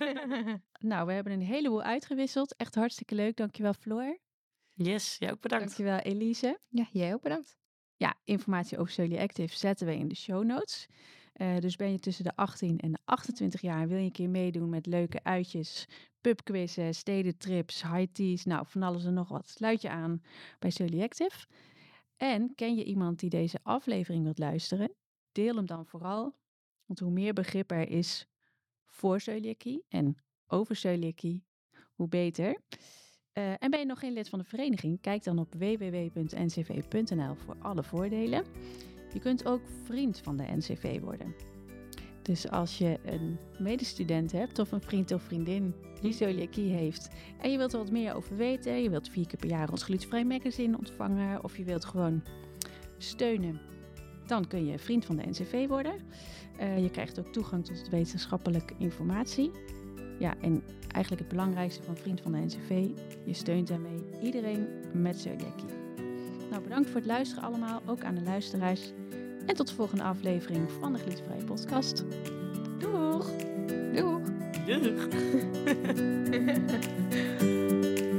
Nou, we hebben een heleboel uitgewisseld. Echt hartstikke leuk. Dankjewel, Floor. Yes, jij ook bedankt. Dankjewel, Elise. Ja, jij ook bedankt. Ja, informatie over Celiactive zetten we in de show notes. Uh, dus ben je tussen de achttien en de achtentwintig jaar en wil je een keer meedoen met leuke uitjes, pubquizzen, stedentrips, high teas, nou van alles en nog wat. Sluit je aan bij Celiactive. En ken je iemand die deze aflevering wilt luisteren? Deel hem dan vooral, want hoe meer begrip er is voor celiakie en over celiakie, hoe beter. Uh, en ben je nog geen lid van de vereniging? Kijk dan op w w w punt n c v punt n l voor alle voordelen. Je kunt ook vriend van de N C V worden. Dus als je een medestudent hebt of een vriend of vriendin die celiakie heeft en je wilt er wat meer over weten, je wilt vier keer per jaar ons glutenvrij magazine ontvangen of je wilt gewoon steunen, dan kun je vriend van de N C V worden. Uh, je krijgt ook toegang tot wetenschappelijke informatie. Ja, en eigenlijk het belangrijkste van Vriend van de N C V, je steunt daarmee iedereen met celiakie. Nou, bedankt voor het luisteren allemaal, ook aan de luisteraars. En tot de volgende aflevering van de Glutenvrije Podcast. Doeg! Doeg! Doeg!